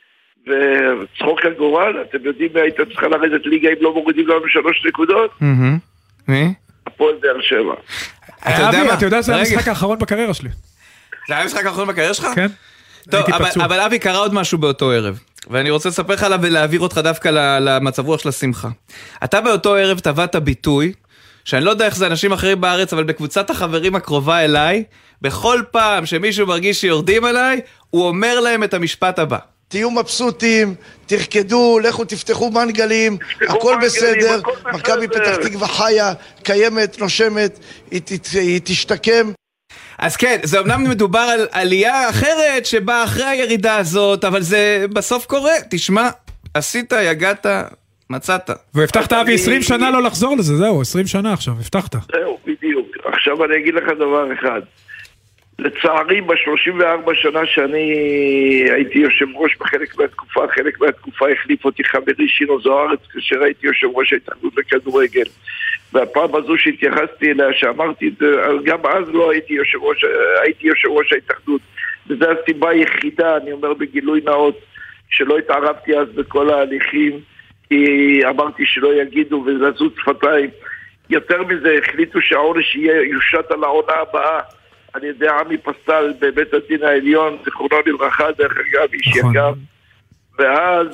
וצחוק הגורל, אתם יודעים מה הייתה צריכה לרדת ליגה אם לא מורידים לנו שלוש נקודות? מי? הפועל באר שבע. אתה יודע, זה המשחק האחרון בקריירה שלי. זה היה המשחק האחרון בקריירה שלך? כן. טוב, אבל אבי, קרה עוד משהו באותו ערב. ואני רוצה לספר לך עליו ולהעביר אותך דווקא למצב רוח של השמחה. אתה באותו ערב טבעת ביטוי, שאני לא יודע איך זה אנשים אחרים בארץ, אבל בקבוצת החברים הקרובה אליי, בכל פעם שמישהו מרגיש שיורדים עליי, הוא אומר להם את המשפט הבא. תהיו מבסוטים, תרקדו, לכו תפתחו מנגלים, הכל בסדר, מכבי פתח תקווה חיה, קיימת, נושמת, היא, היא תשתקם. אז כן, זה אמנם מדובר על עלייה אחרת שבאה אחרי הירידה הזאת, אבל זה בסוף קורה. תשמע, עשית, יגעת, מצאת. והבטחת אבי עשרים שנה לא לחזור לזה, זהו, עשרים שנה עכשיו, הבטחת. זהו, בדיוק. עכשיו אני אגיד לך דבר אחד. לצערי, ב-שלושים וארבע שנה שאני הייתי יושב ראש בחלק מהתקופה, חלק מהתקופה החליף אותי חברי שינו זוארץ, כאשר הייתי יושב ראש ההתאחדות לכדורגל. והפעם הזו שהתייחסתי אליה, שאמרתי, גם אז לא הייתי יושב ראש, הייתי יושב ראש ההתאחדות. וזו הסיבה היחידה, אני אומר בגילוי נאות, שלא התערבתי אז בכל ההליכים, כי אמרתי שלא יגידו וזזו שפתיים. יותר מזה, החליטו שהעונש יושת על העונה הבאה, על ידי עמי פסטל בבית הדין העליון, זיכרונו לברכה, דרך אגב, איש יקר. ואז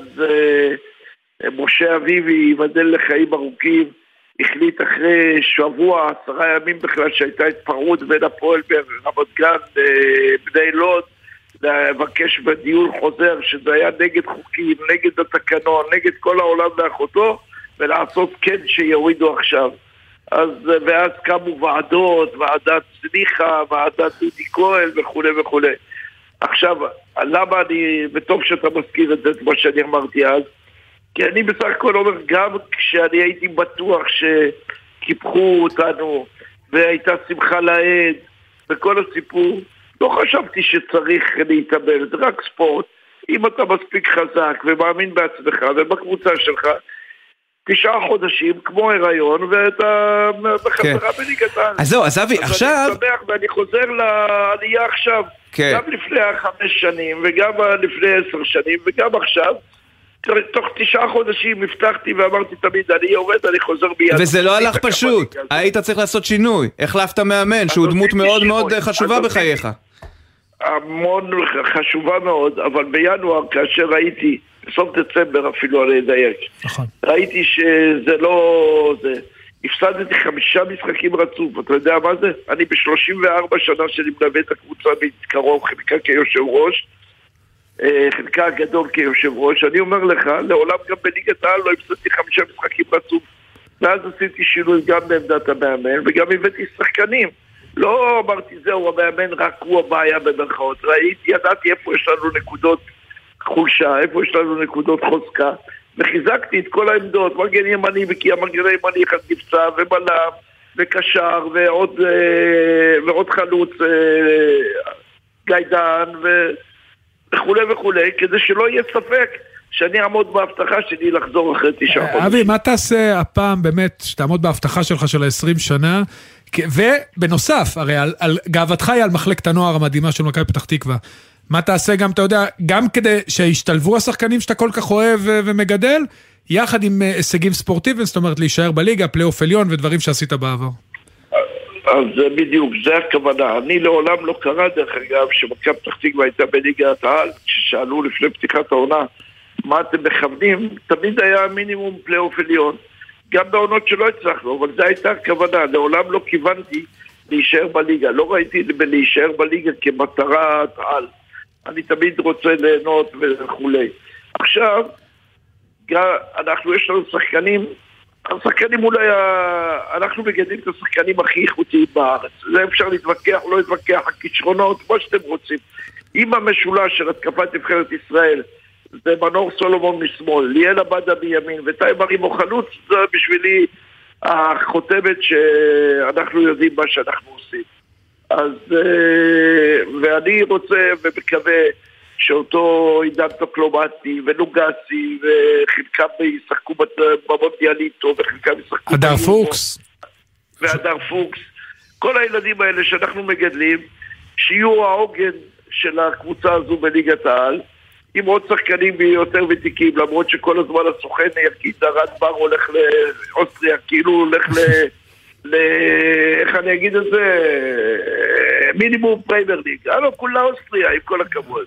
אה, משה אביבי, ייבדל לחיים ארוכים, החליט אחרי שבוע, עשרה ימים בכלל, שהייתה התפרעות בין הפועל ברמת גן, אה, בני לוד, לבקש בדיון חוזר, שזה היה נגד חוקים, נגד התקנון, נגד כל העולם ואחותו, ולעשות כן שיורידו עכשיו. אז, ואז קמו ועדות, ועדת סליחה, ועדת דודי כהן וכו' וכו'. עכשיו, למה אני, וטוב שאתה מזכיר את זה, את מה שאני אמרתי אז, כי אני בסך הכל אומר, גם כשאני הייתי בטוח שקיפחו אותנו, והייתה שמחה לעד, וכל הסיפור, לא חשבתי שצריך להתאבל, זה רק ספורט. אם אתה מספיק חזק ומאמין בעצמך ובקבוצה שלך, תשעה חודשים, כמו הריון, ואתה בחזרה בליגת העל. אז זהו, אז אבי, עכשיו... אני שמח ואני חוזר לעלייה עכשיו, גם לפני חמש שנים, וגם לפני עשר שנים, וגם עכשיו, תוך תשעה חודשים הבטחתי ואמרתי תמיד, אני עובד, אני חוזר ביד. וזה לא הלך פשוט, היית צריך לעשות שינוי, החלפת מאמן, שהוא דמות מאוד מאוד חשובה בחייך. המון חשובה מאוד, אבל בינואר, כאשר הייתי, בסוף דצמבר אפילו אני אדייק, ראיתי שזה לא... זה. הפסדתי חמישה משחקים רצוף, אתה יודע מה זה? אני ב-שלושים וארבע שנה שאני מלווה את הקבוצה מקרוב, חלקה כיושב ראש, חלקה הגדול כיושב ראש, אני אומר לך, לעולם גם בליגת העל לא הפסדתי חמישה משחקים רצוף, ואז עשיתי שינוי גם בעמדת המאמן, וגם הבאתי שחקנים. לא אמרתי זהו, המאמן רק הוא הבעיה במרכאות. ראיתי, ידעתי איפה יש לנו נקודות חולשה, איפה יש לנו נקודות חוזקה, וחיזקתי את כל העמדות, מגן ימני, וכי המגן ימני אחד נפצע, ובלם, וקשר, ועוד, ועוד חלוץ, גיידן, וכו' וכו', כדי שלא יהיה ספק שאני אעמוד בהבטחה שלי לחזור אחרי תשעה חודשים. אבי, מה תעשה הפעם באמת, שתעמוד בהבטחה שלך של ה-עשרים שנה, ובנוסף, הרי על, על גאוותך היא על מחלקת הנוער המדהימה של מכבי פתח תקווה. מה תעשה גם, אתה יודע, גם כדי שישתלבו השחקנים שאתה כל כך אוהב ומגדל, יחד עם הישגים ספורטיביים, זאת אומרת להישאר בליגה, פלייאוף עליון ודברים שעשית בעבר. אז בדיוק, זה הכוונה. אני לעולם לא קרא דרך אגב, שמכבי פתח תקווה הייתה בליגת העל, כששאלו לפני פתיחת העונה, מה אתם מכוונים? תמיד היה מינימום פלייאוף עליון. גם בעונות שלא הצלחנו, אבל זו הייתה הכוונה. לעולם לא כיוונתי להישאר בליגה. לא ראיתי להישאר בליגה כמטרת על. אני תמיד רוצה ליהנות וכו'. עכשיו, אנחנו יש לנו שחקנים, השחקנים אולי, אנחנו מגדלים את השחקנים הכי איכותיים בארץ. זה אפשר להתווכח, לא להתווכח, הכישרונות, כמו שאתם רוצים. עם המשולש של התקפת נבחרת ישראל, זה מנור סולומון משמאל, ליאל עבדה מימין וטייב ארימו חלוץ, זה בשבילי החותמת שאנחנו יודעים מה שאנחנו עושים. אז ואני רוצה ומקווה שאותו עידן טוקלומטי ולוגסי וחלקם ישחקו במונדיאליטו וחלקם ישחקו הדר פוקס והדר פוקס, כל הילדים האלה שאנחנו מגדלים שיהיו העוגן של הקבוצה הזו בליגת העל, עם עוד שחקנים יותר ותיקים, למרות שכל הזמן הסוכן ירקיד דרד בר הולך לאוסטריה, כאילו הולך ל... ל... איך אני אגיד את זה? מינימום פריימר ליג. הלו, כולה אוסטריה, עם כל הכבוד.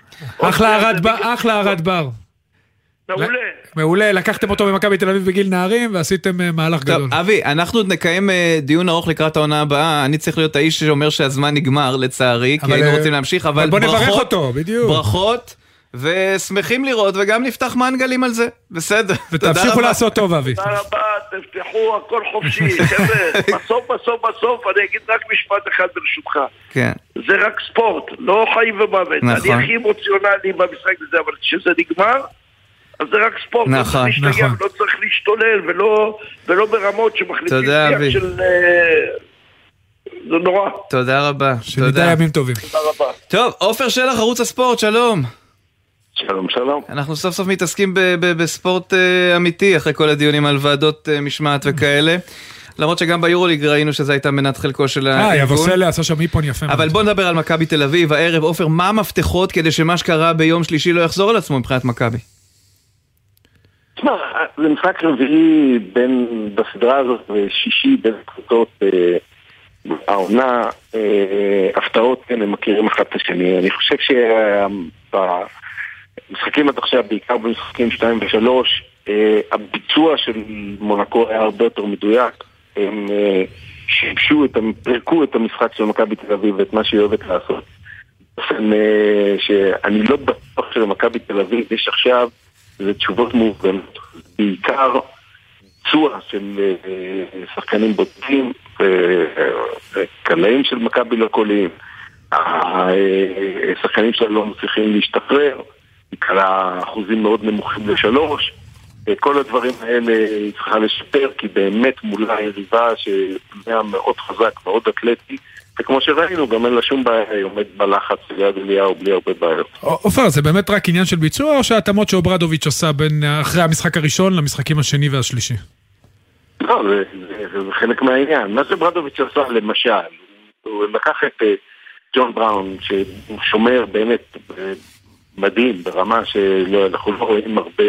אחלה ארד בר. מעולה. מעולה, לקחתם אותו במכבי תל אביב בגיל נערים, ועשיתם מהלך גדול. אבי, אנחנו עוד נקיים דיון ארוך לקראת העונה הבאה, אני צריך להיות האיש שאומר שהזמן נגמר, לצערי, כי היינו רוצים להמשיך, אבל בוא נברך אותו, בדיוק. ברכות. ושמחים לראות, וגם נפתח מנגלים על זה. בסדר. ותמשיכו לעשות טוב, אבי. תודה רבה, תפתחו, הכל חופשי. בסוף, בסוף, בסוף, אני אגיד רק משפט אחד ברשותך. כן. זה רק ספורט, לא חיים ומוות. נכון. אני הכי אמוציונלי במשחק הזה, אבל כשזה נגמר, אז זה רק ספורט. נכון, נכון. לא צריך להשתולל, ולא ברמות שמחליפים שיח של... זה נורא. תודה רבה. שנדע ימים טובים. תודה רבה. טוב, עופר שלח, ערוץ הספורט, שלום. שלום, שלום. אנחנו סוף סוף מתעסקים ב- ב- בספורט uh, אמיתי, אחרי כל הדיונים על ועדות uh, משמעת וכאלה. למרות שגם ביורוליג ראינו שזו הייתה מנת חלקו של הארגון. אה, יבוסליה עשה שם איפון יפה. אבל בוא נדבר על מכבי תל אביב, הערב. עופר, מה המפתחות כדי שמה שקרה ביום שלישי לא יחזור על עצמו מבחינת מכבי? תשמע, זה משחק רביעי בין, בסדרה הזאת, ושישי בין קבוצות אה, העונה, אה, הפתעות, כן, הם מכירים אחד את השני. אני חושב שבמשחקים עד עכשיו, בעיקר במשחקים שתיים ושלוש, אה, הביצוע של מונקו היה הרבה יותר מדויק. הם אה, שיבשו, את, פרקו את המשחק של מכבי תל אביב ואת מה שהיא אוהבת לעשות. באופן אה, שאני לא בטוח שלמכבי תל אביב יש עכשיו זה תשובות מובנות, בעיקר ביצוע של שחקנים בודדים וקלעים של מכבי לא קוליים, השחקנים שלנו לא מצליחים להשתחרר, בעיקר אחוזים מאוד נמוכים לשלוש, כל הדברים האלה היא צריכה לשפר, כי באמת מולה יריבה שבניה מאוד חזק, מאוד אתלטי, וכמו שראינו, גם אין לה שום בעיה, היא עומד בלחץ ליד אליהו בלי הרבה בעיות. עופר, זה באמת רק עניין של ביצוע, או שהתאמות שאוברדוביץ' עשה בין אחרי המשחק הראשון למשחקים השני והשלישי? לא, זה, זה, זה חלק מהעניין. מה שאוברדוביץ' עשה, למשל, הוא לקח את ג'ון בראון, שהוא שומר באמת מדהים, ברמה שאנחנו לא רואים הרבה,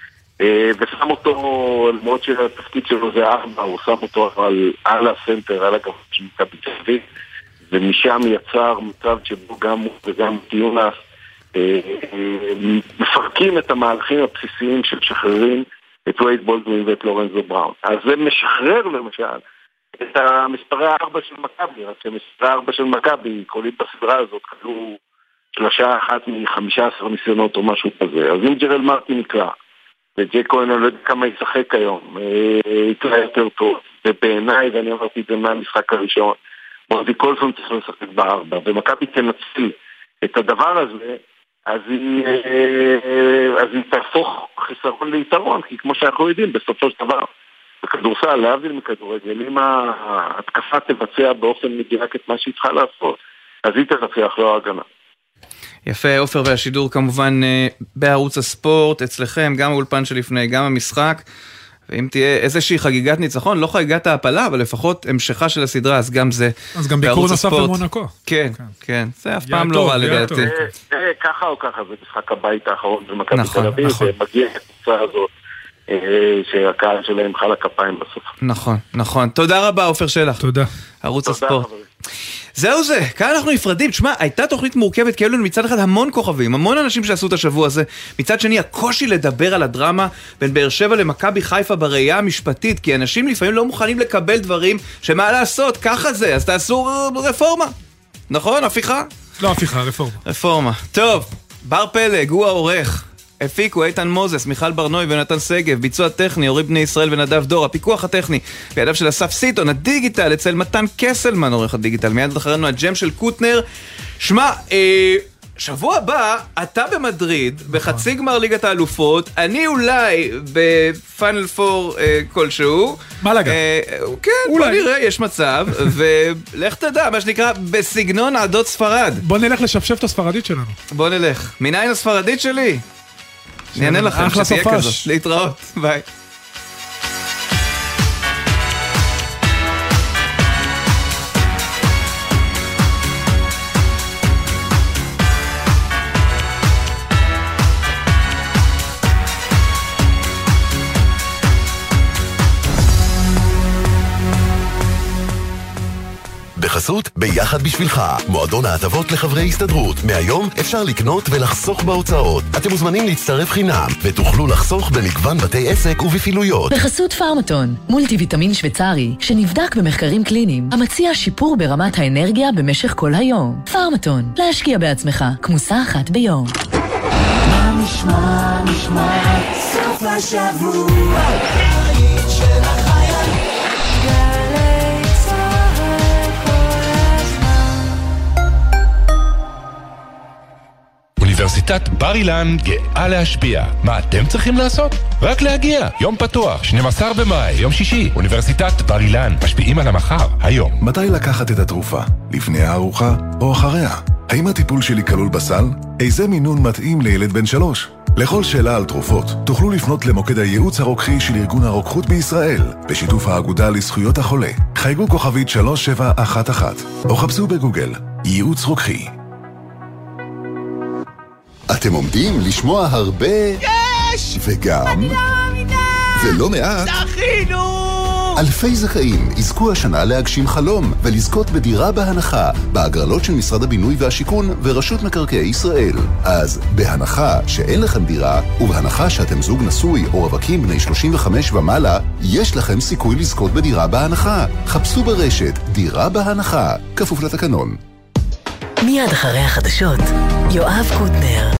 ושם אותו, למרות שהתפקיד שלו זה ארבע, הוא שם אותו על, על הסנטר, על הגב של מכבי תל אביב, ומשם יצר מצב שבו גם הוא וגם טיונס אה, אה, מפרקים את המהלכים הבסיסיים של שחררים את וייד בולדווין ואת לורנזו בראון. אז זה משחרר למשל את המספרי הארבע של מכבי, רק שמספרי הארבע של מכבי, קולים בסדרה הזאת, קלו שלושה אחת מחמישה עשר ניסיונות או משהו כזה. אז אם ג'רל מרטי נקרא, וג'יי כהן אני לא יודע כמה ישחק היום, יקרא יותר טוב, ובעיניי, ואני אמרתי את זה מהמשחק הראשון, מורדי קולסון צריך לשחק בארבע, ומכבי תנצל את הדבר הזה, אז היא, אז היא תהפוך חיסרון ליתרון, כי כמו שאנחנו יודעים, בסופו של דבר, בכדורסל, להבדיל מכדורגל, אם ההתקפה תבצע באופן מדויק את מה שהיא צריכה לעשות, אז היא תנצח, לא ההגנה. יפה, עופר, והשידור כמובן בערוץ הספורט, אצלכם, גם האולפן שלפני, גם המשחק, ואם תהיה איזושהי חגיגת ניצחון, לא חגיגת ההפלה, אבל לפחות המשכה של הסדרה, אז גם זה אז גם ביקור נוסף במונקו. כן, כן, זה אף פעם לא רע לדעתי. ככה או ככה, זה משחק הבית האחרון במכבי תל אביב, ומגיע את הקבוצה הזאת, שהקהל שלהם חל הכפיים בסוף. נכון, נכון. תודה רבה, עופר שלח. תודה. ערוץ הספורט. זהו זה, כאן אנחנו נפרדים. תשמע, הייתה תוכנית מורכבת, כי היו לנו מצד אחד המון כוכבים, המון אנשים שעשו את השבוע הזה. מצד שני, הקושי לדבר על הדרמה בין באר שבע למכבי חיפה בראייה המשפטית, כי אנשים לפעמים לא מוכנים לקבל דברים שמה לעשות, ככה זה, אז תעשו רפורמה. נכון? הפיכה? לא הפיכה, רפורמה. רפורמה. טוב, בר פלג, הוא העורך. הפיקו איתן מוזס, מיכל ברנוי ונתן סגב, ביצוע טכני, אורי בני ישראל ונדב דור, הפיקוח הטכני בידיו של אסף סיטון, הדיגיטל אצל מתן קסלמן, עורך הדיגיטל, מיד אחרינו הג'ם של קוטנר. שמע, אה, שבוע הבא אתה במדריד, בחצי גמר ליגת האלופות, אני אולי בפיינל פור אה, כלשהו. מלאגה. אה, כן, אולי. בוא נראה, יש מצב, ולך תדע, מה שנקרא, בסגנון עדות ספרד. בוא נלך לשפשף את הספרדית שלנו. בוא נלך. מניין הספרדית שלי? אני אענה לכם שתהיה כזאת. להתראות, ביי. בחסות ביחד בשבילך, מועדון ההטבות לחברי הסתדרות. מהיום אפשר לקנות ולחסוך בהוצאות. אתם מוזמנים להצטרף חינם ותוכלו לחסוך במגוון בתי עסק ובפעילויות. בחסות פארמטון, מולטי ויטמין שוויצרי שנבדק במחקרים קליניים, המציע שיפור ברמת האנרגיה במשך כל היום. פארמטון, להשקיע בעצמך, כמוסה אחת ביום. מה נשמע, נשמע, סוף השבוע, היית של החייל, גלי צהל כל הזמן. אוניברסיטת בר אילן גאה להשפיע. מה אתם צריכים לעשות? רק להגיע. יום פתוח, שנים עשר במאי, יום שישי, אוניברסיטת בר אילן. משפיעים על המחר, היום. מתי לקחת את התרופה? לפני הארוחה או אחריה? האם הטיפול שלי כלול בסל? איזה מינון מתאים לילד בן שלוש? לכל שאלה על תרופות, תוכלו לפנות למוקד הייעוץ הרוקחי של ארגון הרוקחות בישראל, בשיתוף האגודה לזכויות החולה. חייגו כוכבית שלוש שבע אחת אחת, או חפשו בגוגל, ייעוץ רוקחי. אתם עומדים לשמוע הרבה... יש! וגם... אני לא מאמינה! ולא מעט... זכינו! אלפי זכאים יזכו השנה להגשים חלום ולזכות בדירה בהנחה בהגרלות של משרד הבינוי והשיכון ורשות מקרקעי ישראל. אז בהנחה שאין לכם דירה ובהנחה שאתם זוג נשוי או רווקים בני שלושים וחמש ומעלה, יש לכם סיכוי לזכות בדירה בהנחה. חפשו ברשת דירה בהנחה, כפוף לתקנון. מיד אחרי החדשות, יואב קוטנר.